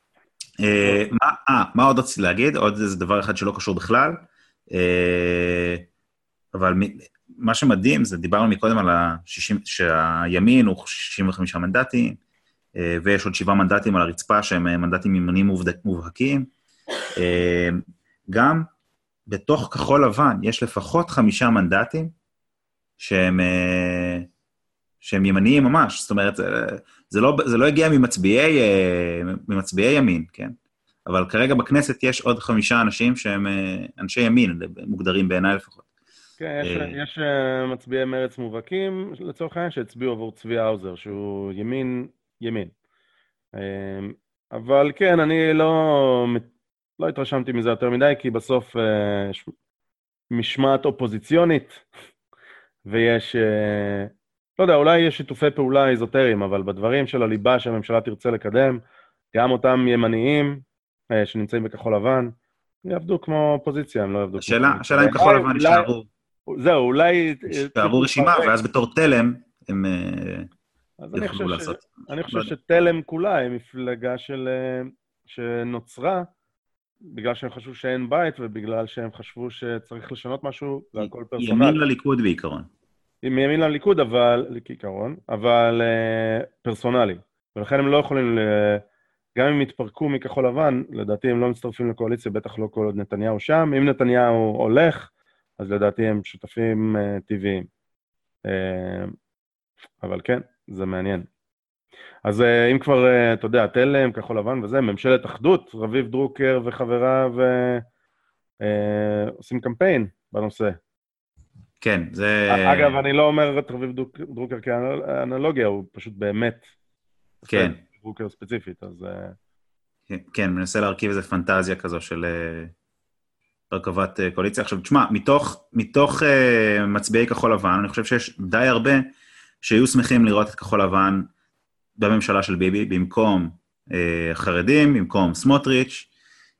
S3: מה עוד רציתי להגיד? עוד איזה דבר אחד שלא קשור בכלל, אבל מה שמדהים, זה דיברנו מקודם על שהימין הוא 65 מנדטים, ויש עוד 7 מנדטים על הרצפה, שהם מנדטים ימניים מובהקים. גם בתוך כחול לבן, יש לפחות 5 מנדטים, שהם ימניים ממש, זאת אומרת, זה לא הגיע ממצביעי ימין, כן? אבל כרגע בכנסת יש עוד 5 אנשים שהם אנשי ימין, מוגדרים בעיניי לפחות.
S4: כן, יש מצביעי מרץ מובהקים, לצורך העניין, שהצביעו עבור צבי האוזר, שהוא ימין. אבל כן, אני לא התרשמתי מזה יותר מדי, כי בסוף יש משמעת אופוזיציונית, ויש, לא יודע, אולי יש שיתופי פעולה איזוטריים, אבל בדברים של הליבה שהממשלה תרצה לקדם, גם אותם ימניים שנמצאים בכחול לבן, יעבדו כמו אופוזיציה, הם לא יעבדו כמו...
S3: השאלה אם כחול לבן יישארו...
S4: זהו, אולי...
S3: יישארו רשימה, ואז בתור תלם הם יוכלו לעשות.
S4: אני חושב שתלם כולה היא מפלגה שנוצרה, בגלל שהם חשבו שאין בית, ובגלל שהם חשבו שצריך לשנות משהו, זה הכל פרסונלי.
S3: ימין לליכוד בעיקרון.
S4: ימין לליכוד, כעיקרון, אבל פרסונלי. ולכן הם לא יכולים, גם אם יתפרקו מכחול לבן, לדעתי הם לא מצטרפים לקואליציה, בטח לא כל עוד נתניהו שם. אם נתניהו הולך, אז לדעתי הם שותפים טבעיים. אבל כן, זה מעניין. אז אם כבר, אתה יודע, תלם, כחול לבן וזה, ממשלת אחדות, רביב דרוקר וחבריו עושים קמפיין בנושא.
S3: כן, זה...
S4: אגב, אני לא אומר את רביב דרוקר כאנלוגיה, הוא פשוט באמת...
S3: כן.
S4: דרוקר ספציפית, אז...
S3: כן, מנסה להרכיב איזו פנטזיה כזו של הרכבת קואליציה. עכשיו, תשמע, מתוך מצביעי כחול לבן, אני חושב שיש די הרבה שהיו שמחים לראות את כחול לבן בממשלה של ביבי, במקום חרדים, במקום סמוטריץ',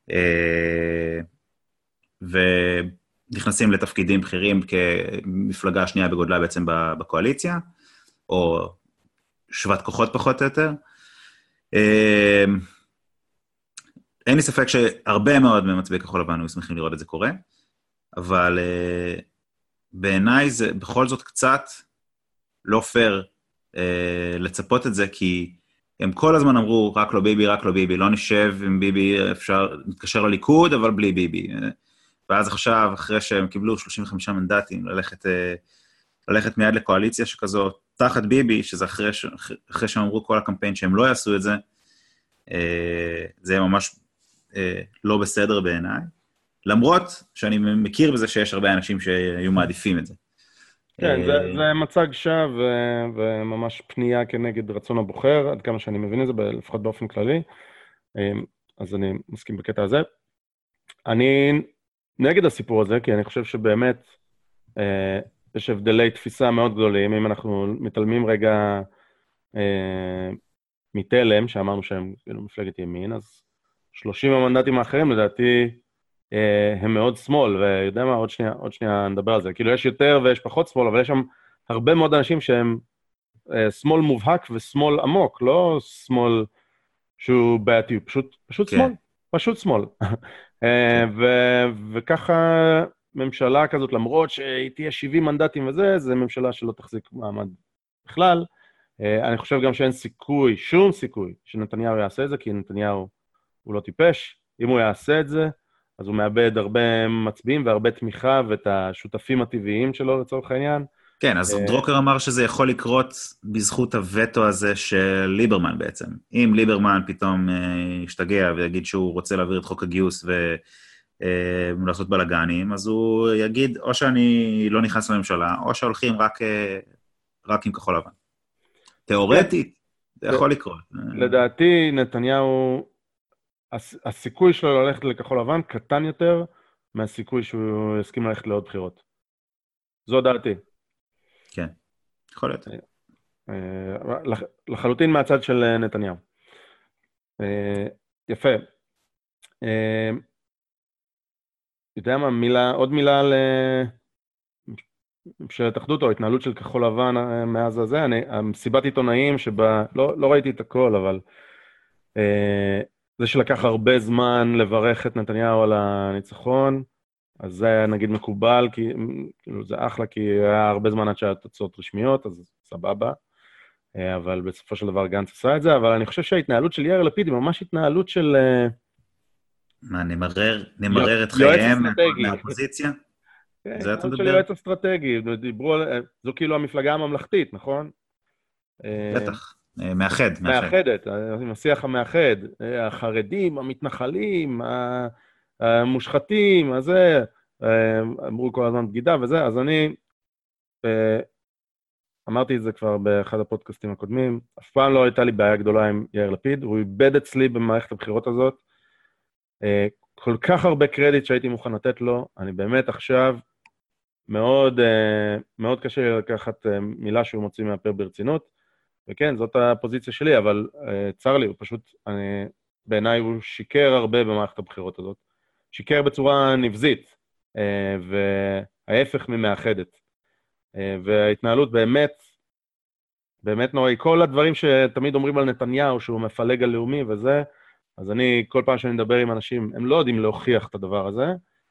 S3: ונכנסים לתפקידים בכירים כמפלגה השנייה בגודלה בעצם בקואליציה, או שוות כוחות פחות או יותר. אין לי ספק שהרבה מאוד ממצביעי כחול לבן היו שמחים לראות את זה קורה, אבל בעיניי זה בכל זאת קצת לא פייר לצפות את זה, כי הם כל הזמן אמרו, רק לא ביבי, רק לא ביבי, לא נשב עם ביבי, אפשר להתקשר לליכוד, אבל בלי ביבי. ואז עכשיו, אחרי שהם קיבלו 35 מנדטים, ללכת מיד לקואליציה שכזו, תחת ביבי, שזה אחרי שהם אמרו כל הקמפיין שהם לא יעשו את זה, זה ממש לא בסדר בעיניי, למרות שאני מכיר בזה שיש הרבה אנשים שהיו מעדיפים את זה.
S4: כן, זה מצג שווא וממש פנייה כנגד רצון הבוחר, עד כמה שאני מבין את זה, לפחות באופן כללי, אז אני מסכים בקטע הזה. אני נגד הסיפור הזה, כי אני חושב שבאמת יש הבדלי תפיסה מאוד גדולים, אם אנחנו מתעלמים רגע מתלם, שאמרנו שהם מפלגת ימין, אז 30 המנדטים האחרים לדעתי הם מאוד שמאל, ויודע מה, עוד שנייה נדבר על זה. כאילו יש יותר ויש פחות שמאל, אבל יש שם הרבה מאוד אנשים שהם שמאל מובהק ושמאל עמוק, לא שמאל שהוא בעייתי, הוא פשוט
S3: כן.
S4: שמאל, פשוט שמאל. וככה ממשלה כזאת, למרות שהיא תהיה 70 מנדטים וזה, זה ממשלה שלא תחזיק מעמד בכלל. אני חושב גם שאין סיכוי, שום סיכוי, שנתניהו יעשה את זה, כי נתניהו הוא לא טיפש. אם הוא יעשה את זה, אז הוא מאבד הרבה מצביעים והרבה תמיכה, ואת השותפים הטבעיים שלו לצורך העניין.
S3: כן, אז דרוקר אמר שזה יכול לקרות בזכות הווטו הזה של ליברמן בעצם. אם ליברמן פתאום ישתגע ויגיד שהוא רוצה להעביר את חוק הגיוס ולעשות בלגנים, אז הוא יגיד, או שאני לא נכנס לממשלה, או שהולכים רק עם כחול לבן. תיאורטית, זה יכול לקרות.
S4: לדעתי, נתניהו, הסיכוי שלו ללכת לכחול לבן קטן יותר מהסיכוי שהוא יסכים ללכת לעוד בחירות. זו דעתי.
S3: כן, יכול להיות.
S4: לחלוטין מהצד של נתניהו. יפה. יודע מה, עוד מילה על ממשלת אחדות או התנהלות של כחול לבן מאז הזה. המסיבת עיתונאים שבה, לא ראיתי את הכל, אבל זה שלקח הרבה זמן לברך את נתניהו על הניצחון, אז זה היה נגיד מקובל, כי כאילו, זה אחלה, כי היה הרבה זמן עד שהיה תוצאות רשמיות, אז סבבה. אבל בסופו של דבר גנץ עשה את זה, אבל אני חושב שההתנהלות של יאיר לפיד היא ממש התנהלות של...
S3: מה, נמרר את חייהם מהאופוזיציה?
S4: זה אתה מדבר? של יועץ אסטרטגי, דיברו על... זו כאילו המפלגה הממלכתית, נכון?
S3: בטח, מאחדת,
S4: עם השיח המאחד, החרדים, המתנחלים, המושחתים, הזה, אמרו כל הזמן בגידה וזה, אז אני אמרתי את זה כבר באחד הפודקאסטים הקודמים, אף פעם לא הייתה לי בעיה גדולה עם יאיר לפיד, הוא איבד אצלי במערכת הבחירות הזאת, כל כך הרבה קרדיט שהייתי מוכן לתת לו, אני באמת עכשיו מאוד, מאוד קשה לקחת מילה שהוא מוציא מהפה ברצינות, וכן, זאת הפוזיציה שלי, אבל צר לי, הוא פשוט, בעיניי הוא שיקר הרבה במערכת הבחירות הזאת, שיקר בצורה נבזית, וההפך ממאחדת. וההתנהלות באמת נוראי. כל הדברים שתמיד אומרים על נתניהו, שהוא מפלג הלאומי וזה, אז אני, כל פעם שאני מדבר עם אנשים, הם לא יודעים להוכיח את הדבר הזה.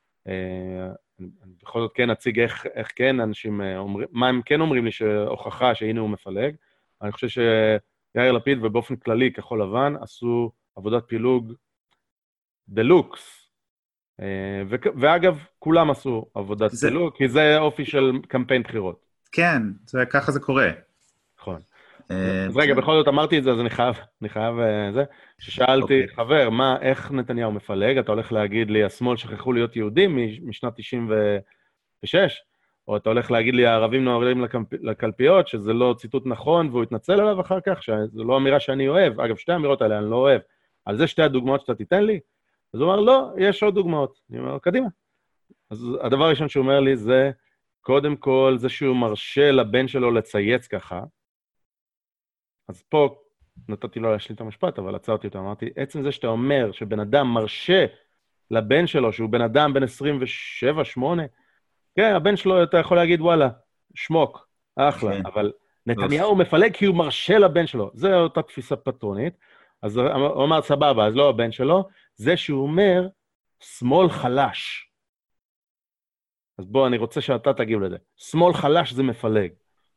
S4: בכל זאת כן אציג איך כן אנשים אומרים, מה הם כן אומרים לי שהוכחה שהנה הוא מפלג. אני חושב שיאיר לפיד ובאופן כללי כחול לבן עשו עבודת פילוג דלוקס. ואגב, כולם עשו עבודת פילוג, כי זה אופי של קמפיין בחירות.
S3: כן, ככה זה קורה.
S4: נכון. אז רגע, בכל זאת אמרתי את זה, אז אני חייב זה, ששאלתי, חבר, איך נתניהו מפלג? אתה הולך להגיד לי, השמאל שכחו להיות יהודים משנת 96, או אתה הולך להגיד לי, הערבים נוהרים לקלפיות, שזה לא ציטוט נכון, והוא יתנצל עליו אחר כך, שזו לא אמירה שאני אוהב. אגב, שתי האמירות האלה אני לא אוהב. על זה שתי הדוגמאות שאתה תיתן לי? אז הוא אומר, לא, יש עוד דוגמאות. אני אומר, קדימה. אז הדבר הראשון שהוא אומר לי זה, קודם כל, זה שהוא מרשה לבן שלו לצייץ ככה, אז פה נתתי לו להשלים את המשפט, אבל עצרתי אותו, אמרתי, עצם זה שאתה אומר שבן אדם מרשה לבן שלו, שהוא בן אדם בן 27-8, כן, הבן שלו, אתה יכול להגיד, וואלה, שמוק, אחלה, כן. אבל נתניהו מפלג כי הוא מרשה לבן שלו, זה אותה תפיסה פטרונית, אז הוא אמר, סבבה, אז לא הבן שלו, זה שהוא אומר, שמאל חלש. אז בוא, אני רוצה שאתה תגיב לזה. שמאל חלש זה מפלג.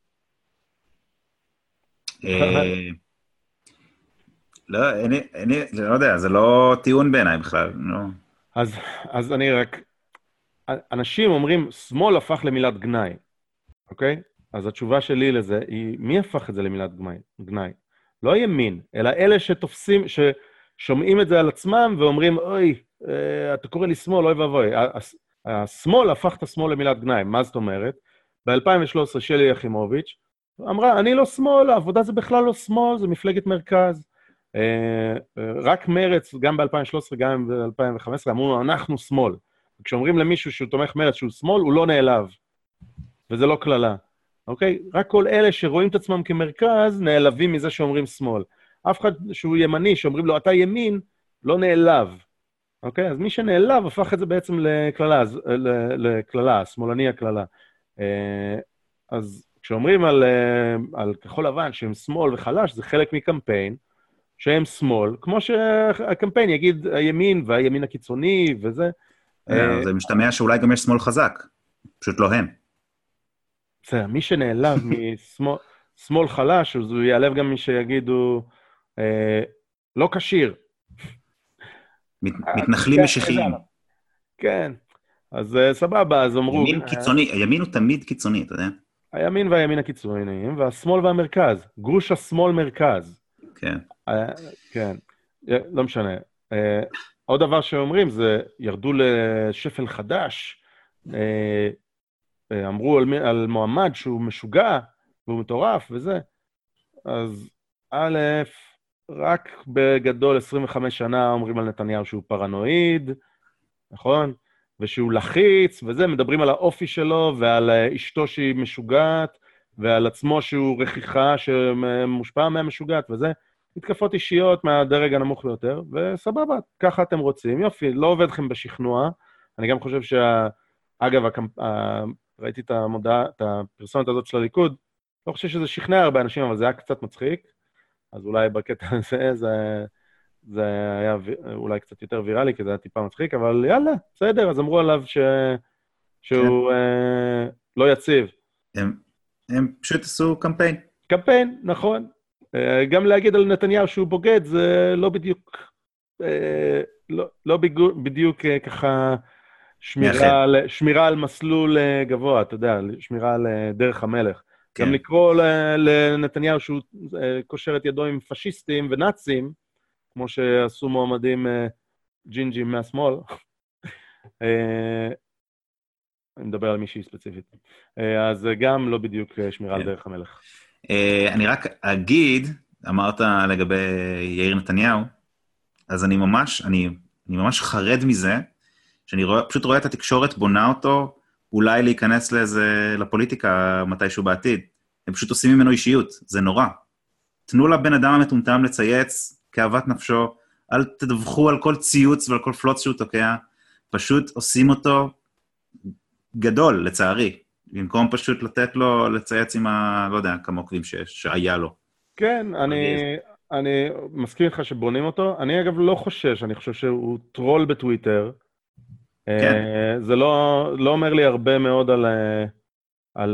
S3: לא, אני לא יודע, זה לא טיעון בעיניי בכלל.
S4: אז אני רק... אנשים אומרים, שמאל הפך למילת גנאי, אוקיי? אז התשובה שלי לזה היא, מי הפך את זה למילת גנאי? לא ימין, אלא אלה שתופסים, ששומעים את זה על עצמם ואומרים, אוי, אתה קורא לי שמאל, אוי ואבוי. השמאל הפך את השמאל למילת גנאי, מה זאת אומרת? ב-2013 שלי יחימוביץ' אמרה, אני לא שמאל, העבודה זה בכלל לא שמאל, זה מפלגת מרכז. רק מרץ, גם ב-2013, גם ב-2015, אמרו, אנחנו שמאל. כשאומרים למישהו שהוא תומך מרץ שהוא שמאל, הוא לא נעלב. וזה לא כללה. אוקיי? רק כל אלה שרואים את עצמם כמרכז, נעלבים מזה שאומרים שמאל. אף אחד שהוא ימני, שאומרים לו, אתה ימין, לא נעלב. אוקיי? אז מי שנעלב, הפך את זה בעצם לכללה, שמאלני הכללה. אז כשאומרים על כחול לבן שהם שמאל וחלש, זה חלק מקמפיין שהם שמאל, כמו שהקמפיין יגיד הימין והימין הקיצוני וזה.
S3: זה משתמע שאולי גם יש שמאל חזק, פשוט לא הם.
S4: בסדר, מי שנעלב משמאל חלש, אז הוא יעלב גם מי שיגידו לא קשיר.
S3: מתנחלים משיחיים.
S4: כן, אז סבבה, אז אמרו...
S3: ימין קיצוני, הימין הוא תמיד קיצוני, אתה יודע?
S4: הימין והימין הקיצוניים, והשמאל והמרכז, גוש השמאל מרכז.
S3: כן.
S4: כן, לא משנה. עוד דבר שאומרים זה, ירדו לשפל חדש, אמרו על מועמד שהוא משוגע, והוא מטורף וזה, אז א', רק בגדול 25 שנה אומרים על נתניהו שהוא פרנואיד, נכון? ושהוא לחיץ, וזה, מדברים על האופי שלו, ועל אשתו שהיא משוגעת, ועל עצמו שהוא רכיכה שמושפע מהמשוגעת, וזה, מתקפות אישיות מהדרג הנמוך ביותר, וסבבה, ככה אתם רוצים, יופי, לא עובד לכם בשכנוע, אני גם חושב אגב, ראיתי את המודעה, את הפרסומת הזאת של הליכוד, לא חושב שזה שכנע הרבה אנשים, אבל זה היה קצת מצחיק, אז אולי בקטע הזה, זה היה אולי קצת יותר ויראלי, כי זה היה טיפה מצחיק, אבל יאללה, בסדר, אז אמרו עליו שהוא לא יציב.
S3: הם פשוט עשו קמפיין.
S4: קמפיין, נכון. גם להגיד על נתניהו שהוא בוגד, זה לא בדיוק, לא בדיוק ככה שמירה על מסלול גבוה, אתה יודע, שמירה על דרך המלך. גם לקרוא לנתניהו שהוא קושר את ידו עם פשיסטים ונאצים, כמו שעשו מועמדים ג'ינג'ים מהשמאל. אני מדבר על מישהי ספציפית. אז גם לא בדיוק שמירה על דרך המלך.
S3: אני רק אגיד, אמרת לגבי יאיר נתניהו, אז אני ממש חרד מזה, שאני פשוט רואה את התקשורת בונה אותו, אולי להיכנס לפוליטיקה מתישהו בעתיד. הם פשוט עושים ממנו אישיות, זה נורא. תנו לבן אדם המטומטם לצייץ כאהבת נפשו, אל תדווחו על כל ציוץ ועל כל פלוץ שהוא תוקע, פשוט עושים אותו גדול, לצערי. במקום פשוט לתת לו לצייץ עם לא יודע, כמה עוקבים שהיה לו.
S4: כן, אני מסכים איתך שבונים אותו. אני אגב לא חושש, אני חושב שהוא טרול בטוויטר. כן. זה לא אומר לי הרבה מאוד על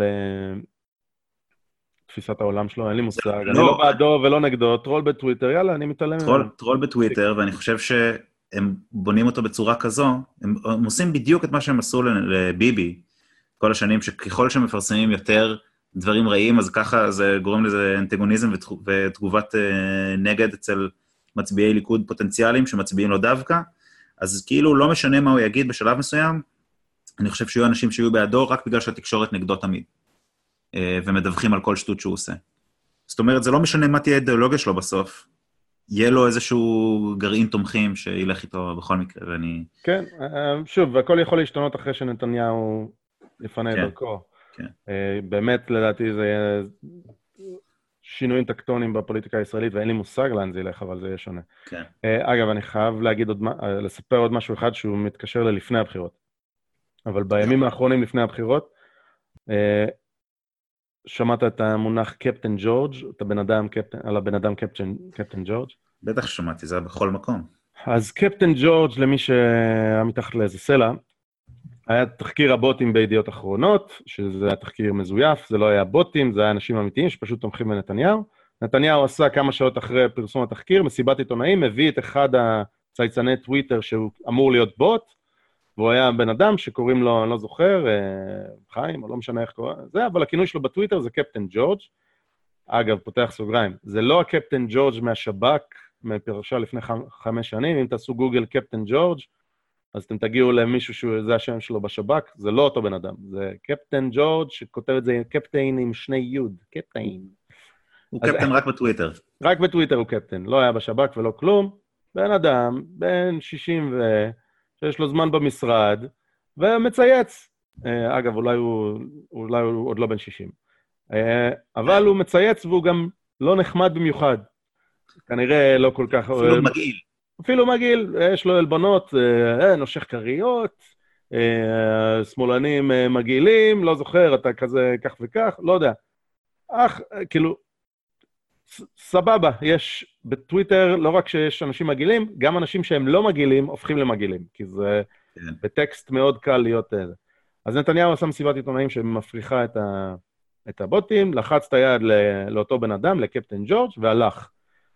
S4: תפיסת העולם שלו, אין לי מושג. אני לא בעדו ולא נגדו, טרול בטוויטר, יאללה, אני מתעלם.
S3: טרול בטוויטר, ואני חושב שהם בונים אותו בצורה כזו, הם עושים בדיוק את מה שהם עשו לביבי, כל השנים, שככל שמפרסמים יותר דברים רעים, אז ככה זה גורם לזה אנטגוניזם ותגובת נגד אצל מצביעי ליכוד פוטנציאליים שמצביעים לו דווקא, אז כאילו לא משנה מה הוא יגיד בשלב מסוים, אני חושב שיהיו אנשים שיהיו בעדו רק בגלל שהתקשורת נגדו תמיד, ומדווחים על כל שטות שהוא עושה. זאת אומרת, זה לא משנה מה תהיה האידיאולוגיה שלו בסוף, יהיה לו איזשהו גרעין תומכים שילך איתו בכל מקרה, ואני...
S4: כן, שוב, והכל יכול להשתנות אחרי שנתניהו לפני דרכו.
S3: כן.
S4: באמת, לדעתי, זה יהיה שינויים טקטונים בפוליטיקה הישראלית, ואין לי מושג לאן זה ילך, אבל זה יהיה שונה.
S3: כן.
S4: אגב, אני חייב לספר עוד משהו אחד שהוא מתקשר ללפני הבחירות. אבל בימים האחרונים לפני הבחירות, שמעת את המונח קפטן ג'ורג', על הבן אדם קפטן ג'ורג'?
S3: בטח שמעתי, זה היה בכל מקום.
S4: אז קפטן ג'ורג', למי שהיה מתחת לאיזה סלע, היה תחקיר הבוטים בידיעות אחרונות, שזה היה תחקיר מזויף, זה לא היה בוטים, זה היה אנשים אמיתיים שפשוט תומכים בנתניהו. נתניהו עשה כמה שעות אחרי פרסום התחקיר, מסיבת עיתונאים, הביא את אחד הצייצני טוויטר שהוא אמור להיות בוט, והוא היה בן אדם שקוראים לו, אני לא זוכר, חיים, או לא משנה איך קורא, זה, אבל הכינוי שלו בטוויטר זה קפטן ג'ורג'. אגב, פותח סוגריים, זה לא הקפטן ג'ורג' מהשב"כ, מפרשה לפני 5 שנים, אם תעשו גוגל קפטן ג'ורג', אז אתם תגיעו למישהו שזה השם שלו בשב"כ, זה לא אותו בן אדם, זה קפטן ג'ורג' שכותב את זה קפטן עם 2 יוד, קפטן.
S3: הוא קפטן רק בטוויטר.
S4: רק בטוויטר הוא קפטן, לא היה בשב"כ ולא כלום, בן אדם, בן 60 שיש לו זמן במשרד, ומצייץ. אגב, אולי הוא עוד לא בן 60. אבל הוא מצייץ והוא גם לא נחמד במיוחד. כנראה לא כל כך...
S3: אפילו מגעיל.
S4: אפילו מגעיל, יש לו אלבנות, נושך קריות, שמאלנים מגעילים, לא זוכר, אתה כזה כך וכך, לא יודע. כאילו, סבבה, יש בטוויטר, לא רק שיש אנשים מגעילים, גם אנשים שהם לא מגעילים הופכים למגעילים, כי זה בטקסט מאוד קל להיות זה. אז נתניהו עשה מסיבת עיתונאים שמפריחה את הבוטים, לחץ את היד לאותו בן אדם, לקפטן ג'ורג' והלך.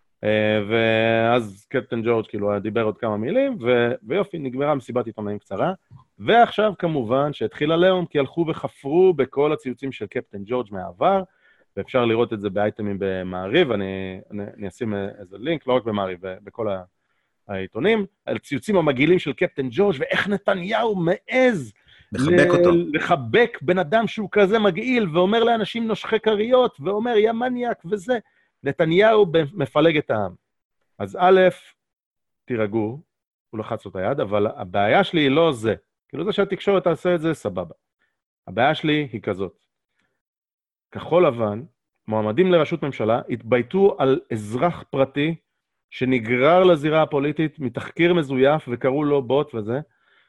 S4: ואז קפטן ג'ורג' כאילו דיבר עוד כמה מילים, ויופי, נגמרה מסיבת עיתונאים קצרה. ועכשיו כמובן שהתחיל עליהם, כי הלכו וחפרו בכל הציוצים של קפטן ג'ורג' מהעבר, ואפשר לראות את זה באייטמים במעריב, אני אשים איזה לינק, לא רק במעריב, בכל העיתונים, על ציוצים המגעילים של קפטן ג'ורג' ואיך נתניהו מעז לחבק בן אדם שהוא כזה מגעיל, ואומר לאנשים נושכי כריות, ואומר יא מניאק וזה. נתניהו מפלג את העם. אז א', תירגעו, הוא לחץ לו את היד, אבל הבעיה שלי היא לא זה. כאילו זה שהתקשורת תעשה את זה, סבבה. הבעיה שלי היא כזאת. כחול לבן, מועמדים לראשות ממשלה, התבייתו על אזרח פרטי שנגרר לזירה הפוליטית מתחקיר מזויף וקראו לו בוט וזה,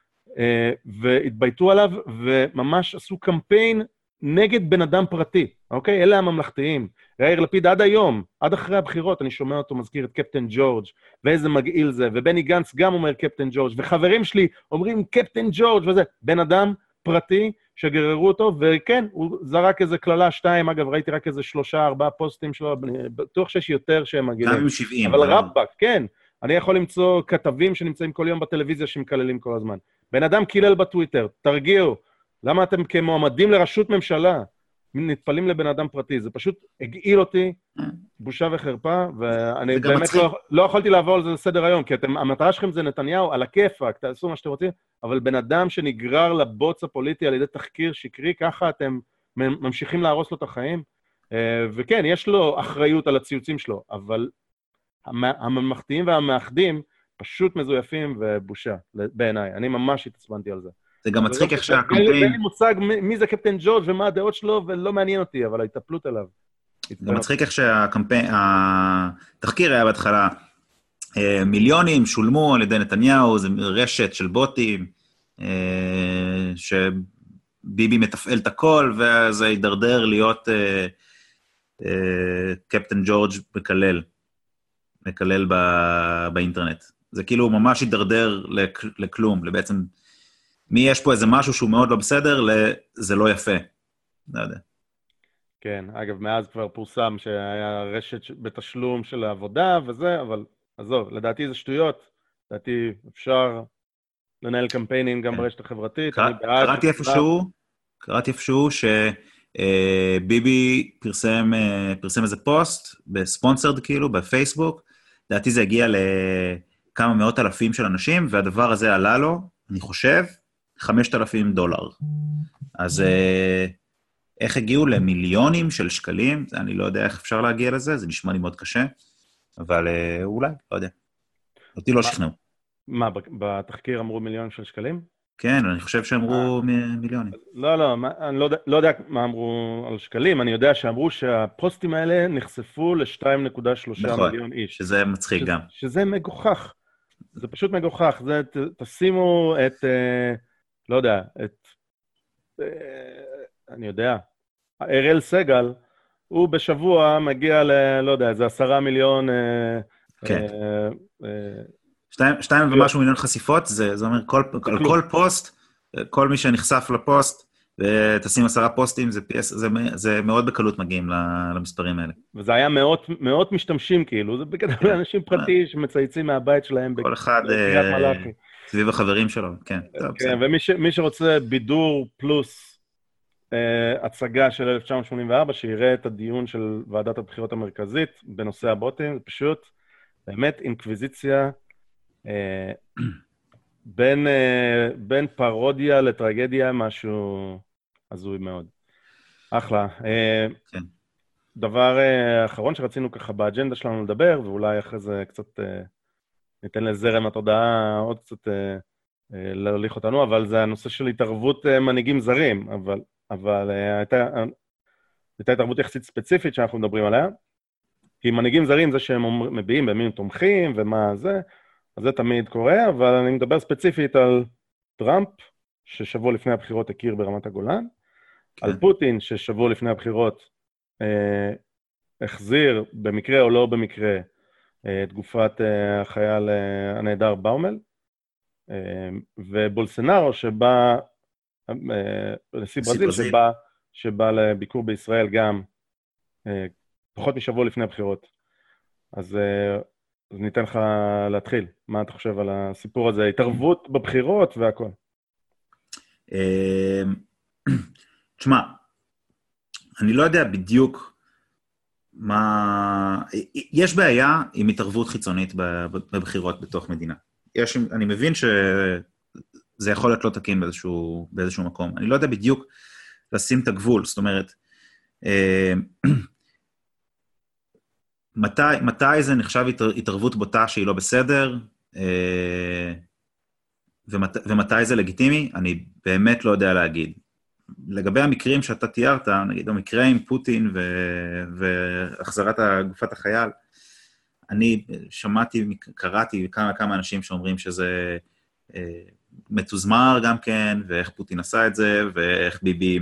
S4: והתבייתו עליו וממש עשו קמפיין נגד בן אדם פרטי, אוקיי? אלה הממלכתיים. יאיר לפיד עד היום, עד אחרי הבחירות, אני שומע אותו מזכיר את קפטן ג'ורג' ואיזה מגעיל זה, ובני גנץ גם אומר קפטן ג'ורג', וחברים שלי אומרים קפטן ג'ורג' וזה, בן אדם פרטי שגררו אותו, וכן, הוא זרק איזה כללה 2, אגב, ראיתי רק איזה 3-4 פוסטים שלו, בטוח שיש יותר שהם מגעילים.
S3: גם עם 70.
S4: אבל רבק, כן, אני יכול למצוא כתבים שנמצאים כל יום בטלוויזיה שמקללים כל הזמן. בן אדם קילל בטוויטר, תרגיעו, למה אתם כמועמדים לראשות ממשלה נטפלים לבן אדם פרטי? זה פשוט הגעיל אותי, בושה וחרפה, ואני באמת לא יכולתי לעבור על זה לסדר היום, כי המטרה שלכם זה נתניהו, על הכיפק, תעשו מה שאתם רוצים, אבל בן אדם שנגרר לבוץ הפוליטי על ידי תחקיר שקרי, ככה אתם ממשיכים להרוס לו את החיים, וכן, יש לו אחריות על הציוצים שלו, אבל הממלכתיים והמאחדים פשוט מזויפים ובושה, בעיניי. אני ממש התעצבנתי על זה.
S3: זה גם מצחיק איך שהקמפיין...
S4: אין לי מושג מי זה קפטן ג'ורג' ומה הדעות שלו, ולא מעניין אותי, אבל ההתאפלות עליו.
S3: גם מצחיק איך שהקמפיין... התחקיר היה בהתחלה, מיליונים שולמו על ידי נתניהו, זה רשת של בוטים, שביבי מתפעל את הכל, וזה יידרדר להיות קפטן ג'ורג' מקלל באינטרנט. זה כאילו ממש יידרדר לכלום, לבעצם... מי יש פה איזה משהו שהוא מאוד לא בסדר, זה לא יפה. לא יודע.
S4: כן, אגב, מאז כבר פורסם שהיה רשת בתשלום של העבודה וזה, אבל עזוב, לדעתי זה שטויות. לדעתי אפשר לנהל קמפיינים גם ברשת החברתית.
S3: קראתי איפשהו שביבי פרסם איזה פוסט, בספונסרד כאילו, בפייסבוק, לדעתי זה הגיע לכמה מאות אלפים של אנשים, והדבר הזה עלה לו, אני חושב, $5,000. אז איך הגיעו למיליונים של שקלים? אני לא יודע איך אפשר להגיע לזה, זה נשמע לי מאוד קשה, אבל אולי, לא יודע. אותי לא שכנעו.
S4: מה, בתחקיר אמרו מיליון של שקלים?
S3: כן, אני חושב שאמרו מיליונים.
S4: לא, אני לא יודע מה אמרו על שקלים, אני יודע שאמרו שהפוסטים האלה נחשפו ל-2.3 מיליון איש.
S3: שזה מצחיק גם.
S4: שזה מגוחך. זה פשוט מגוחך. תשימו את... לא יודע, אני יודע, אראל סגל, הוא בשבוע מגיע לא יודע, זה 10 מיליון...
S3: כן. 2 ומשהו מיליון חשיפות, זה אומר, על כל פוסט, כל מי שנחשף לפוסט, ותשים 10 פוסטים, זה מאוד בקלות מגיעים למספרים האלה.
S4: וזה היה מאות משתמשים, כאילו, זה בגלל אנשים פרטי שמצייצים מהבית שלהם.
S3: כל אחד... סביב החברים שלו, כן.
S4: כן, ומי שרוצה בידור פלוס הצגה של 1984, שיראה את הדיון של ועדת הבחירות המרכזית בנושא הבוטים, זה פשוט באמת אינקוויזיציה בין פרודיה לטרגדיה, משהו הזוי מאוד. אחלה.
S3: כן.
S4: דבר אחרון שרצינו ככה באג'נדה שלנו לדבר, ואולי אחרי זה קצת... ניתן לזרם התודעה עוד קצת להוליך אותנו, אבל זה הנושא של התערבות מנהיגים זרים, אבל הייתה התערבות יחסית ספציפית שאנחנו מדברים עליה, כי מנהיגים זרים זה שהם מביעים במי הם תומכים ומה זה, אז זה תמיד קורה, אבל אני מדבר ספציפית על טראמפ, ששבוע לפני הבחירות הכיר ברמת הגולן, כן. על פוטין, ששבוע לפני הבחירות החזיר, במקרה או לא במקרה, את גופת החייל הנהדר באומל, ובולסנארו שבא, נשיא ברזיל שבא לביקור בישראל גם פחות משבוע לפני הבחירות. אז ניתן לך להתחיל. מה אתה חושב על הסיפור הזה? התערבות בבחירות והכל.
S3: תשמע, אני לא יודע בדיוק מה... יש בעיה עם התערבות חיצונית בבחירות בתוך מדינה. אני מבין שזה יכול להיות לא תקין באיזשהו מקום. אני לא יודע בדיוק לשים את הגבול, זאת אומרת, מתי זה נחשב התערבות בוטה שהיא לא בסדר, ומתי זה לגיטימי, אני באמת לא יודע להגיד. לגבי המקרים שאתה תיארת, נגיד, המקרה עם פוטין והחזרת גופת החייל, אני שמעתי, קראתי כמה אנשים שאומרים שזה מתוזמר גם כן, ואיך פוטין עשה את זה, ואיך ביבי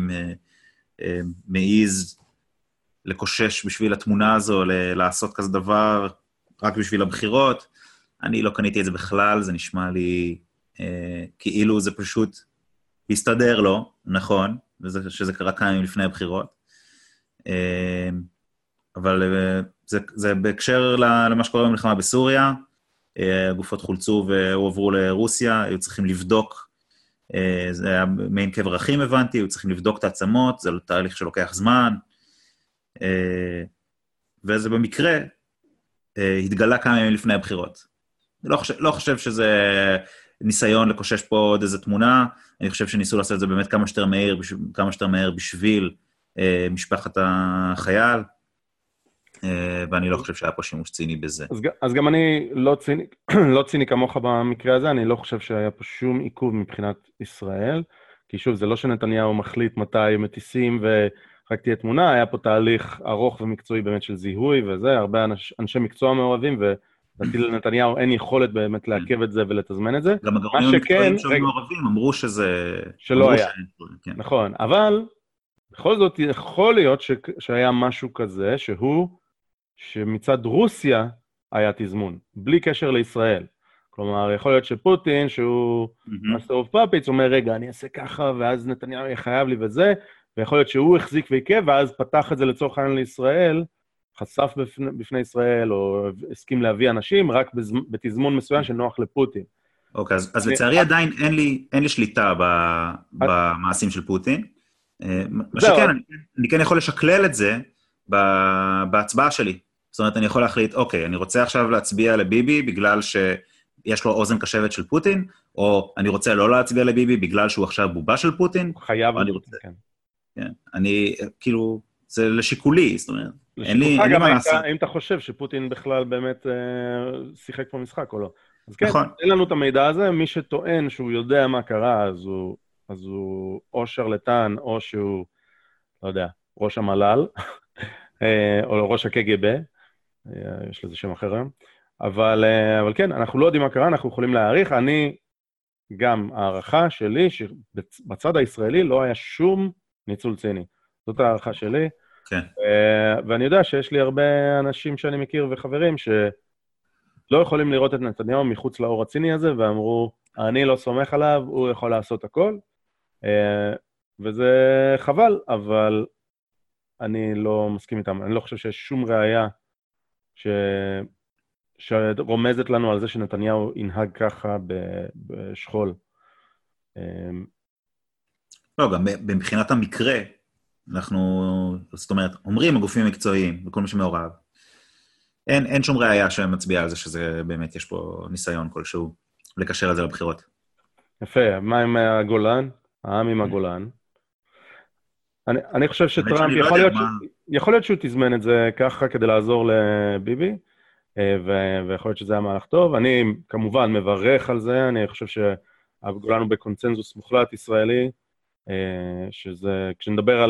S3: מעיז לקושש בשביל התמונה הזו, לעשות כזה דבר רק בשביל הבחירות. אני לא קניתי את זה בכלל, זה נשמע לי כאילו זה פשוט הסתדר לו, נכון, שזה קרה כמה ימים לפני הבחירות. אבל זה בהקשר למה שקורה במלחמה בסוריה, הגופות חולצו והועברו לרוסיה, היו צריכים לבדוק, זה היה מעין קבר אחים הבנתי, היו צריכים לבדוק את העצמות, זה תהליך שלוקח זמן, וזה במקרה התגלה כמה ימים לפני הבחירות. לא חושב שזה ניסיון לקושש פה עוד איזו תמונה, אני חושב שניסו לעשות את זה באמת כמה שיותר מהר בשביל משפחת החייל, ואני לא חושב שהיה פה שימוש ציני בזה.
S4: אז גם אני לא ציני כמוך במקרה הזה, אני לא חושב שהיה פה שום עיכוב מבחינת ישראל, כי שוב, זה לא שנתניהו מחליט מתי מטיסים ורק תהיה תמונה, היה פה תהליך ארוך ומקצועי באמת של זיהוי וזה, הרבה אנשי מקצוע מעורבים, ולדעתי לנתניהו אין יכולת באמת לעכב את זה ולתזמן את זה.
S3: גם הגורמים המקצועיים שהיו מעורבים אמרו
S4: שלא היה. נכון, אבל בכל זאת יכול להיות שהיה משהו כזה, שמצד רוסיה היה תזמון, בלי קשר לישראל. כלומר, יכול להיות שפוטין, שהוא master of puppets, אומר, רגע, אני אעשה ככה, ואז נתניהו יהיה חייב לי וזה, ויכול להיות שהוא החזיק ויקב, ואז פתח את זה לצורך העניין לישראל, חשף בפני ישראל, או הסכים להביא אנשים, רק בתזמון מסוים שנוח לפוטין.
S3: אוקיי, אז לצערי עדיין אין לי שליטה במעשים של פוטין. מה שכן, אני כן יכול לשקלל את זה בהצבעה שלי. זאת אומרת, אני יכול להחליט, אוקיי, אני רוצה עכשיו להצביע לביבי בגלל שיש לו אוזן קשבת של פוטין, או אני רוצה לא להצביע לביבי בגלל שהוא עכשיו בובה של פוטין.
S4: חייב, כן.
S3: כן, אני, כאילו, זה לשיקולי, זאת אומרת, אין לי מה לעשות.
S4: אם אתה חושב שפוטין בכלל באמת שיחק פה משחק או לא. אז כן, אין לנו את המידע הזה, מי שטוען שהוא יודע מה קרה, אז הוא או שרלטן, או שהוא, לא יודע, ראש המל"ל, או ראש הקג"ב, יש לזה שם אחר היום, אבל כן, אנחנו לא יודעים מה קרה, אנחנו יכולים להעריך, גם הערכה שלי, שבצד הישראלי לא היה שום ניצול ציני. זאת הערכה שלי,
S3: כן.
S4: ואני יודע שיש לי הרבה אנשים שאני מכיר וחברים שלא יכולים לראות את נתניהו מחוץ לאור הציני הזה, ואמרו, אני לא סומך עליו, הוא יכול לעשות הכל, וזה חבל, אבל אני לא מסכים איתם. אני לא חושב שיש שום ראייה שרומזת לנו על זה שנתניהו ינהג ככה בשכול.
S3: לא, גם מבחינת המקרה, זאת אומרת, אומרים הגופים המקצועיים וכל מי שמעורב, אין שום ראייה שמצביעה על זה שזה באמת, יש פה ניסיון כלשהו לקשר את זה לבחירות.
S4: יפה, מה עם הגולן? העם עם הגולן. אני חושב שטראמפ, יכול להיות שהוא תזמן את זה ככה כדי לעזור לביבי, ויכול להיות שזה היה מהלך טוב. אני כמובן מברך על זה, אני חושב שהגולן הוא בקונצנזוס מוחלט ישראלי, שזה, כשנדבר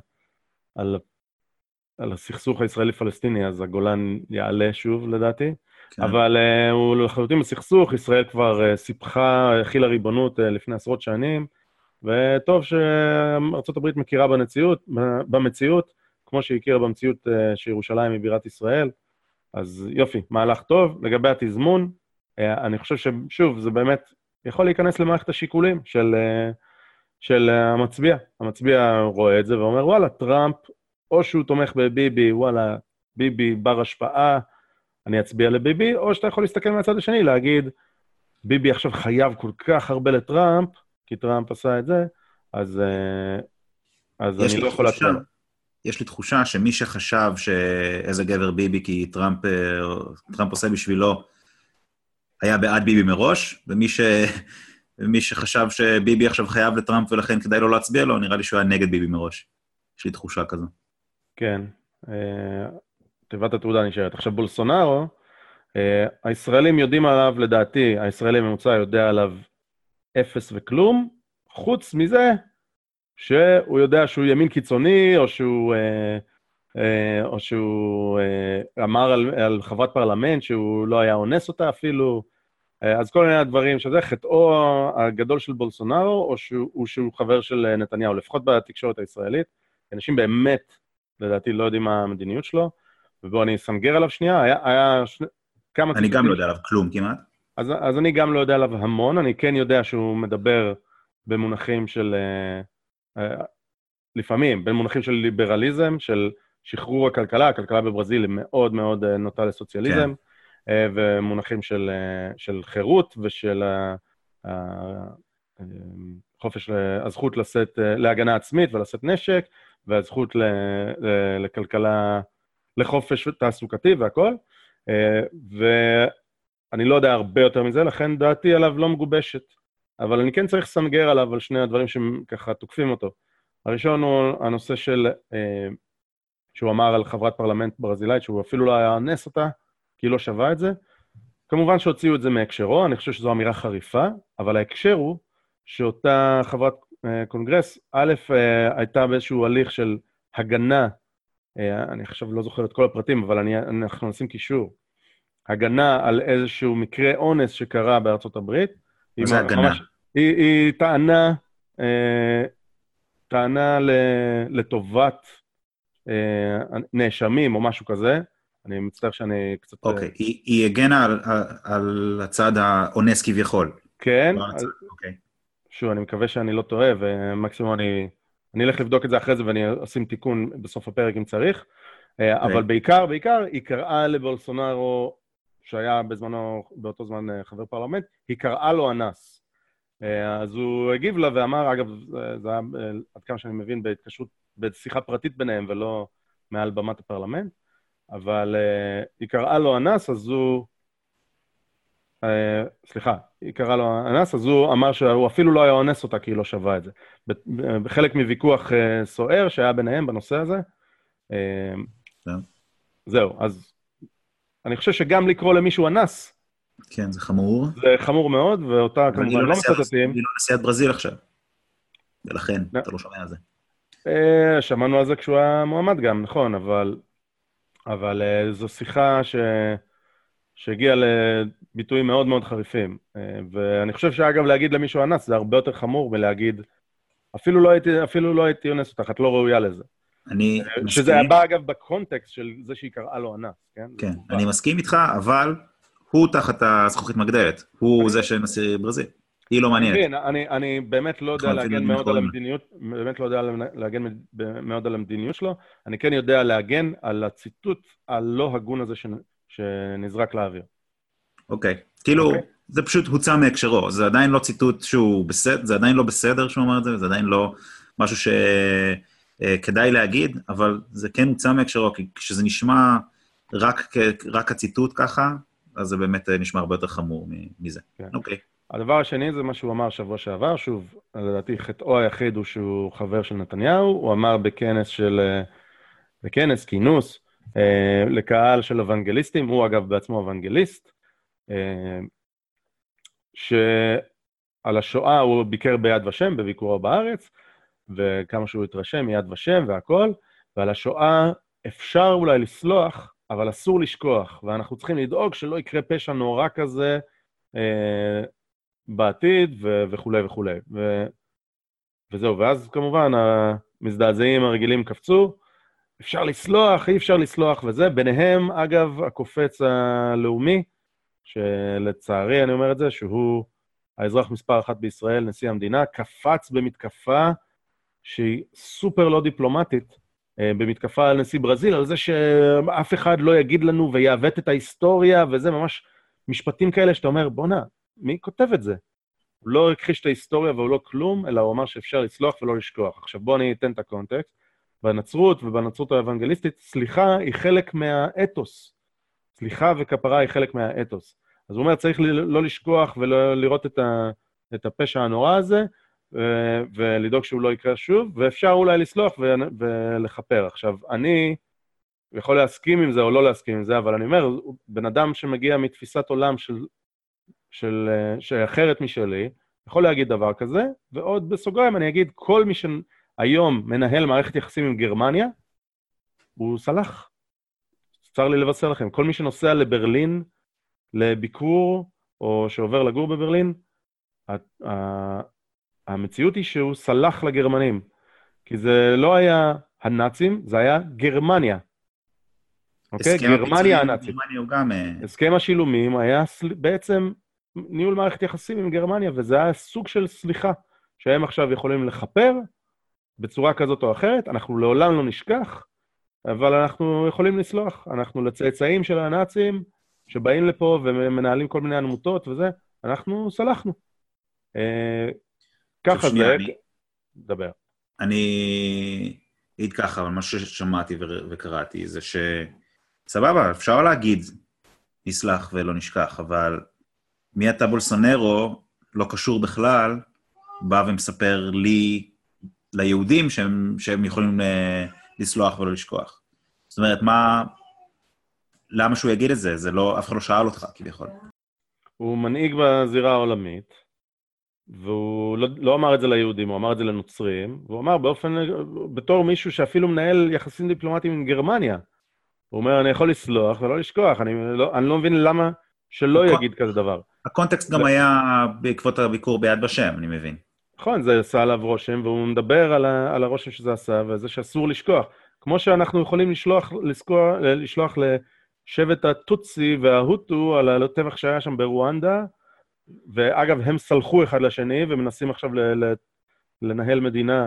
S4: על הסכסוך הישראלי-פלסטיני, אז הגולן יעלה שוב לדעתי, כן. אבל הוא לחלוטין בסכסוך, ישראל כבר סיפחה, הכילה ריבונות לפני עשרות שנים, וטוב שארצות הברית מכירה במציאות, כמו שהכיר במציאות שירושלים היא בירת ישראל, אז יופי, מהלך טוב. לגבי התזמון, אני חושב ששוב, זה באמת יכול להיכנס למערכת השיקולים של המצביע. המצביע רואה את זה ואומר, וואלה, טראמפ, או שהוא תומך בביבי, וואלה, ביבי בר השפעה, אני אצביע לביבי, או שאתה יכול להסתכל מהצד השני, להגיד, ביבי עכשיו חייב כל כך הרבה לטראמפ, כי טראמפ עשה את זה, אז אני לא יכול להצביע.
S3: יש לי תחושה שמי שחשב שאיזה גבר ביבי, כי טראמפ עושה בשבילו, היה בעד ביבי מראש, ומי שחשב שביבי עכשיו חייב לטראמפ ולכן כדאי לא להצביע לו, נראה לי שהוא היה נגד ביבי מראש. יש לי תחושה כזו.
S4: כן. תיבת התעודה נשארת. עכשיו בולסונארו, הישראלים יודעים עליו, לדעתי, הישראלי הממוצע יודע עליו אפס וכלום, חוץ מזה שהוא יודע שהוא ימין קיצוני, או שהוא אמר על חברת פרלמנט שהוא לא היה אונס אותה אפילו, אז כל מיני הדברים שזה חטאו הגדול של בולסונארו, או שהוא חבר של נתניהו, לפחות בתקשורת הישראלית, אנשים באמת, לדעתי, לא יודעים מה המדיניות שלו, ובואו אני אסנגר עליו שנייה, היה כמה...
S3: אני גם לא יודע עליו כלום כמעט.
S4: אז אני גם לא יודע עליו המון, אני כן יודע שהוא מדבר במונחים של... לפעמים, במונחים של ליברליזם, של שחרור הכלכלה, הכלכלה בברזיל היא מאוד מאוד נוטה לסוציאליזם, כן. ומונחים של חירות ושל חופש, הזכות להגנה עצמית ולשאת נשק, והזכות לכלכלה, לחופש תעסוקתי והכל, ואני לא יודע הרבה יותר מזה, לכן דעתי עליו לא מגובשת, אבל אני כן צריך לסנגר עליו על שני הדברים שככה תוקפים אותו. הראשון הוא הנושא שהוא אמר על חברת פרלמנט ברזילאית, שהוא אפילו לא היה אונס אותה, כי היא לא שווה את זה. כמובן שהוציאו את זה מהקשרו, אני חושב שזו אמירה חריפה, אבל ההקשר הוא שאותה חברת קונגרס, א', הייתה באיזשהו הליך של הגנה, אני עכשיו לא זוכר את כל הפרטים, אבל אנחנו נשים קישור, הגנה על איזשהו מקרה אונס שקרה בארצות הברית.
S3: מה זה הגנה?
S4: היא טענה לטובת נאשמים או משהו כזה, אני מצטער שאני קצת...
S3: אוקיי, היא הגנה על הצד האונס כביכול.
S4: כן, שוב, אני מקווה שאני לא טועה, ומקסימום אני אלך לבדוק את זה אחרי זה, ואני אשים תיקון בסוף הפרק אם צריך, אבל בעיקר, היא קראה לבולסונארו, שהיה באותו זמן חבר פרלמנט, היא קראה לו אנס. אז הוא הגיב לה ואמר, אגב, זה היה עד כמה שאני מבין בהתקשרות, בשיחה פרטית ביניהם ולא מעל במת הפרלמנט, אבל היא קראה לו אנס, אז הוא... היא קראה לו אנס, אז הוא אמר שהוא אפילו לא היה אונס אותה, כי היא לא שווה את זה. בחלק מוויכוח סוער שהיה ביניהם בנושא הזה. זהו, אז אני חושב שגם לקרוא למישהו אנס,
S3: כן, זה חמור.
S4: זה חמור מאוד, ואותה כמובן לא מצטטים.
S3: היא לא נשיאת ברזיל עכשיו, ולכן אתה לא שומע על זה.
S4: שמענו על זה כשהוא היה מועמד גם, נכון, אבל זו שיחה שהגיעה לביטויים מאוד מאוד חריפים, ואני חושב שאגב להגיד למישהו אנס זה הרבה יותר חמור מלהגיד, אפילו לא הייתי אונס אותך, את לא ראויה לזה. שזה בא אגב בקונטקסט של זה שהיא קראה לו אנס, כן?
S3: כן, אני מסכים איתך, אבל הוא תחת הזכוכית מגדלת, הוא זה שנשיא ברזיל, היא לא מעניינת.
S4: אני באמת לא יודע להגן מאוד על המדיניות, באמת לא יודע להגן מאוד על המדיניות שלו, אני כן יודע להגן על הציטוט הלא הגון הזה שנזרק לאוויר.
S3: אוקיי, כאילו, זה פשוט הוצא מהקשרו, זה עדיין לא ציטוט שהוא בסדר, זה עדיין לא בסדר שהוא אומר את זה, זה עדיין לא משהו שכדאי להגיד, אבל זה כן הוצא מהקשרו, כי כשזה נשמע רק הציטוט ככה, אז זה באמת נשמע הרבה יותר חמור מזה. אוקיי.
S4: הדבר השני זה מה שהוא אמר שבוע שעבר, שוב, לדעתי חטאו היחיד הוא שהוא חבר של נתניהו, הוא אמר כינוס, לקהל של אוונגליסטים, הוא אגב בעצמו אוונגליסט, שעל השואה הוא ביקר ביד ושם, בביקורו בארץ, וכמה שהוא התרשם מיד ושם והכל, ועל השואה אפשר אולי לסלוח, אבל אסור לשכוח, ואנחנו צריכים לדאוג שלא יקרה פשע נורא כזה בעתיד וכו' וכו'. וזהו, ואז כמובן המזדעזעים הרגילים קפצו, אפשר לסלוח, אי אפשר לסלוח וזה. ביניהם, אגב, הקופץ הלאומי, שלצערי אני אומר את זה, שהוא האזרח מספר 1 בישראל, נשיא המדינה, קפץ במתקפה שהיא סופר לא דיפלומטית, במתקפה על נשיא ברזיל, על זה שאף אחד לא יגיד לנו ויעוות את ההיסטוריה, וזה ממש משפטים כאלה שאתה אומר, בונה, מי כותב את זה? הוא לא הכחיש את ההיסטוריה והוא לא כלום, אלא הוא אמר שאפשר לסלוח ולא לשכוח. עכשיו בוא אני אתן את הקונטקסט. בנצרות ובנצרות האוונגליסטית, סליחה היא חלק מהאתוס. סליחה וכפרה היא חלק מהאתוס. אז הוא אומר, צריך לא לשכוח ולא לראות את הפשע הנורא הזה, ולדאוג שהוא לא יקרה שוב, ואפשר אולי לסלוח ולחפר. עכשיו, אני יכול להסכים עם זה או לא להסכים עם זה, אבל אני אומר, בן אדם שמגיע מתפיסת עולם שאחרת משלי, יכול להגיד דבר כזה, ועוד בסוגריים אני אגיד, כל מי שהיום מנהל מערכת יחסים עם גרמניה, הוא סלח. צר לי לבשר לכם, כל מי שנוסע לברלין, לביקור, או שעובר לגור בברלין, המציאות היא שהוא סלח לגרמנים, כי זה לא היה הנאצים, זה היה גרמניה. אוקיי? גרמניה הנאצית. הסכם השילומים היה בעצם ניהול מערכת יחסים עם גרמניה, וזה היה סוג של סליחה, שהם עכשיו יכולים לחפר בצורה כזאת או אחרת, אנחנו לעולם לא נשכח, אבל אנחנו יכולים לסלוח, אנחנו לצאצאים של הנאצים, שבאים לפה ומנהלים כל מיני עמותות וזה, אנחנו סלחנו. ככה זה, דבר.
S3: אני אגיד ככה, אבל מה ששמעתי וקראתי זה סבבה, אפשר להגיד, נסלח ולא נשכח, אבל מי אתה בולסונרו, לא קשור בכלל, בא ומספר לי, ליהודים, שהם יכולים לסלוח ולא לשכוח. זאת אומרת, למה שהוא יגיד את זה? זה לא, אף אחד לא שאל אותך, כביכול.
S4: הוא מנהיג בזירה העולמית, והוא לא אמר את זה ליהודים, הוא אמר את זה לנוצרים, והוא אמר בתור מישהו שאפילו מנהל יחסים דיפלומטיים עם גרמניה, הוא אומר, אני יכול לסלוח ולא לשכוח, אני לא מבין למה שלא יגיד כזה דבר.
S3: הקונטקסט גם היה בעקבות הביקור ביד בשם, אני מבין.
S4: נכון, זה עשה עליו רושם, והוא מדבר על הרושם שזה עשה, וזה שאסור לשכוח. כמו שאנחנו יכולים לשלוח לשבט הטוצי וההוטו על הטבח שהיה שם ברואנדה, ואגב, הם סלחו אחד לשני, ומנסים עכשיו לנהל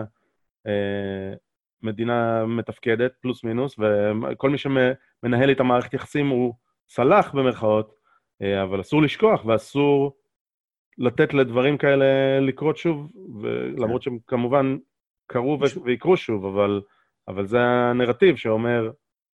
S4: מדינה מתפקדת, פלוס מינוס, וכל מי שמנהל את המערכת יחסים הוא סלח במרכאות, אבל אסור לשכוח, ואסור לתת לדברים כאלה לקרות שוב, למרות שהם כמובן קרו ויקרו שוב, אבל זה הנרטיב שאומר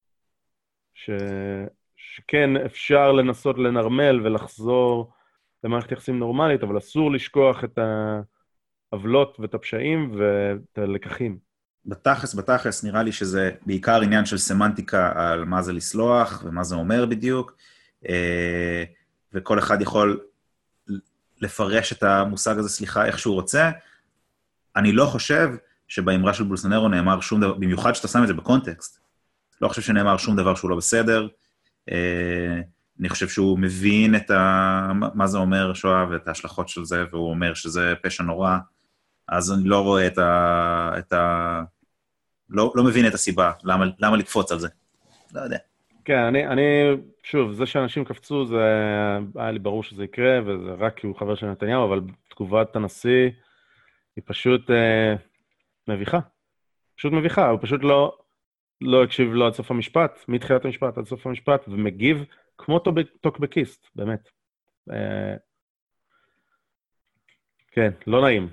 S4: שכן אפשר לנסות לנרמל ולחזור למערכת יחסים נורמלית, אבל אסור לשכוח את העוולות ואת הפשעים ואת הלקחים.
S3: בתכלס נראה לי שזה בעיקר עניין של סמנטיקה על מה זה לסלוח ומה זה אומר בדיוק, וכל אחד יכול לפרש את המושג הזה, סליחה, איך שהוא רוצה. אני לא חושב שבאמרה של בולסונרו נאמר שום דבר, במיוחד שאתה שם את זה בקונטקסט, לא חושב שנאמר שום דבר שהוא לא בסדר, אני חושב שהוא מבין מה זה אומר שואה ואת ההשלכות של זה, והוא אומר שזה פשע נורא, אז אני לא רואה לא מבין את הסיבה, למה לקפוץ על זה. לא יודע.
S4: כן, אני שוב, זה שאנשים קפצו, זה היה לי ברור שזה יקרה, וזה רק כי הוא חבר של נתניהו, אבל תגובת הנשיא היא פשוט מביכה. פשוט מביכה, הוא פשוט לא הקשיב לו עד סוף המשפט, מתחילת המשפט עד סוף המשפט, ומגיב כמו טוקבקיסט, באמת. כן, לא נעים.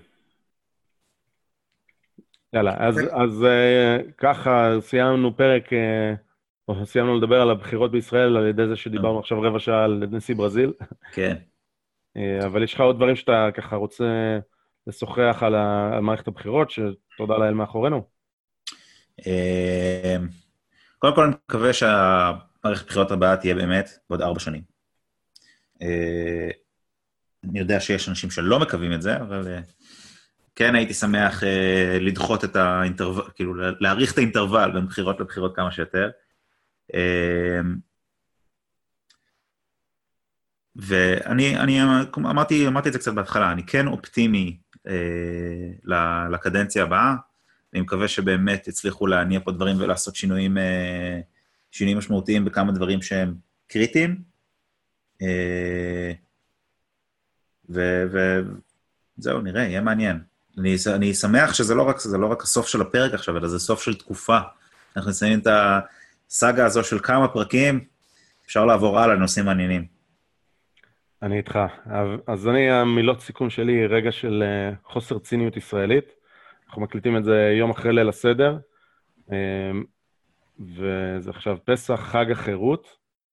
S4: יאללה, אז ככה סיימנו פרק, או סיימנו לדבר על הבחירות בישראל, על ידי זה שדיברנו עכשיו רבע שעה על נשיא ברזיל.
S3: כן.
S4: אבל יש לך עוד דברים שאתה ככה רוצה לשוחח על מערכת הבחירות, שתודה לאל מאחורינו?
S3: קודם כל אני מקווה שהמערכת הבחירות הבאה תהיה באמת בעוד 4 שנים. אני יודע שיש אנשים שלא מקווים את זה, אבל כן הייתי שמח לדחות את האינטרוול, כאילו להאריך את האינטרוול בין בחירות לבחירות כמה שיותר. ואני אמרתי את זה קצת בהתחלה, אני כן אופטימי לקדנציה הבאה, אני מקווה שבאמת יצליחו להניע פה דברים ולעשות שינויים משמעותיים בכמה דברים שהם קריטיים, וזהו, נראה, יהיה מעניין. אני שמח שזה לא רק הסוף של הפרק עכשיו, אלא זה סוף של תקופה. אנחנו נסיים את הסאגה הזו של כמה פרקים, אפשר לעבור הלאה לנושאים מעניינים.
S4: אני איתך. אז המילות סיכום שלי, רגע של חוסר ציניות ישראלית. אנחנו מקליטים את זה יום אחרי ליל הסדר, וזה עכשיו פסח, חג החירות,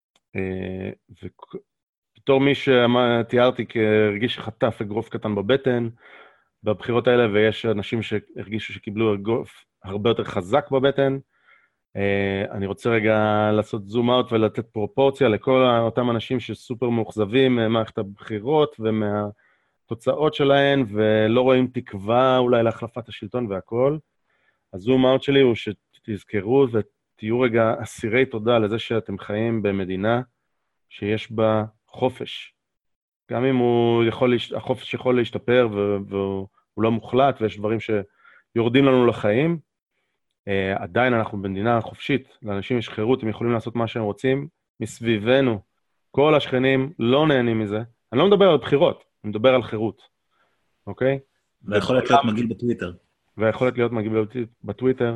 S4: ובתור מי שתיארתי כהרגיש שחטף אגרוף קטן בבטן, בבחירות האלה, ויש אנשים שהרגישו שקיבלו אגרוף הרבה יותר חזק בבטן, אני רוצה רגע לעשות זום אאוט ולתת פרופורציה לכל אותם אנשים שסופר מאוכזבים ממערכת הבחירות ומהתוצאות שלהן, ולא רואים תקווה אולי להחלפת השלטון והכל. הזום אאוט שלי הוא שתזכרו ותהיו רגע אסירי תודה לזה שאתם חיים במדינה שיש בה חופש. גם אם החופש יכול להשתפר והוא לא מוחלט, ויש דברים שיורדים לנו לחיים, עדיין אנחנו במדינה חופשית, לאנשים יש חירות, הם יכולים לעשות מה שהם רוצים, מסביבנו, כל השכנים לא נהנים מזה. אני לא מדבר על בחירות, אני מדבר על חירות, אוקיי?
S3: ויכולת להיות מגיל בטוויטר.
S4: ויכולת להיות מגיל בטוויטר,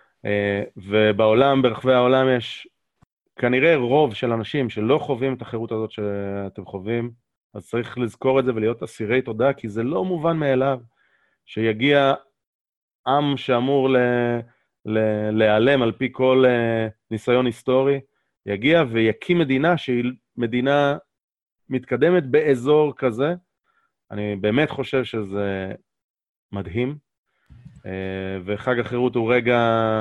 S4: ובעולם, ברחבי העולם יש כנראה רוב של אנשים שלא חווים את החירות הזאת שאתם חווים, אז צריך לזכור את זה ולהיות אסירי תודה, כי זה לא מובן מאליו שיגיע עם שאמור להיעלם על פי כל ניסיון היסטורי, יגיע ויקים מדינה שהיא מדינה מתקדמת באזור כזה. אני באמת חושב שזה מדהים, וחג החירות הוא רגע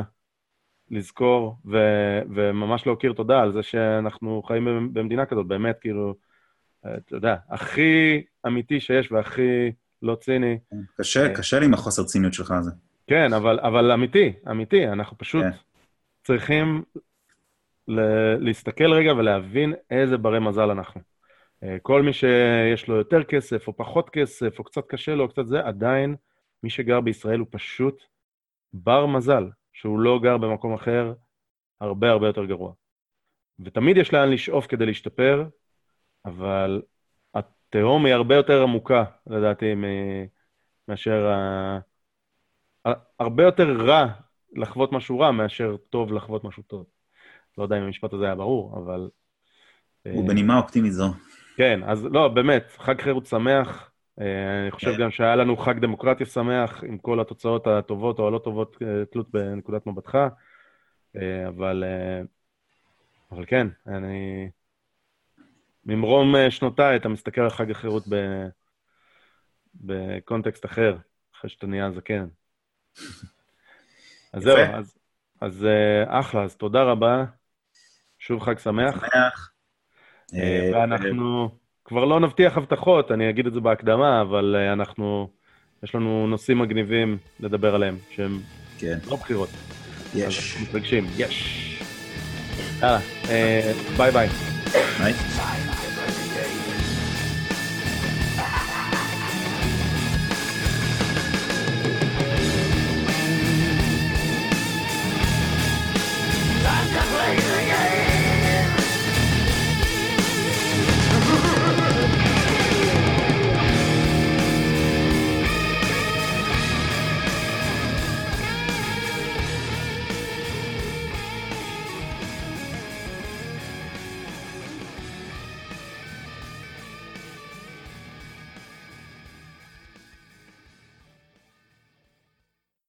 S4: לזכור וממש להכיר תודה על זה שאנחנו חיים במדינה כזאת, באמת כאילו, אתה יודע, הכי אמיתי שיש והכי לא ציני.
S3: קשה לי עם החוסר ציניות שלך הזה.
S4: כן, אבל אמיתי, אנחנו פשוט צריכים להסתכל רגע ולהבין איזה ברי מזל אנחנו. כל מי שיש לו יותר כסף או פחות כסף או קצת קשה לו או קצת זה, עדיין מי שגר בישראל הוא פשוט בר מזל, שהוא לא גר במקום אחר הרבה הרבה יותר גרוע. ותמיד יש לאן לשאוף כדי להשתפר, אבל התהום היא הרבה יותר עמוקה, לדעתי, מאשר הרבה יותר רע לחוות משהו רע, מאשר טוב לחוות משהו טוב. לא יודע אם המשפט הזה היה ברור, אבל...
S3: ובנימה אופטימית זו.
S4: כן, אז לא, באמת, חג חירות שמח. אני חושב גם שהיה לנו חג דמוקרטיה שמח, עם כל התוצאות הטובות או הלא טובות, תלות בנקודת מבטך. אבל כן, אני... ממרום שנותיי, אתה מסתכל על חג החירות בקונטקסט אחר, אחרי שאתה נהיה זקן. אז זהו, אז אחלה, אז תודה רבה. שוב חג שמח. ואנחנו כבר לא נבטיח הבטחות, אני אגיד את זה בהקדמה, אבל יש לנו נושאים מגניבים לדבר עליהם, שהם לא בחירות.
S3: יש.
S4: מתרגשים, יש. יאללה, ביי ביי.
S3: ביי.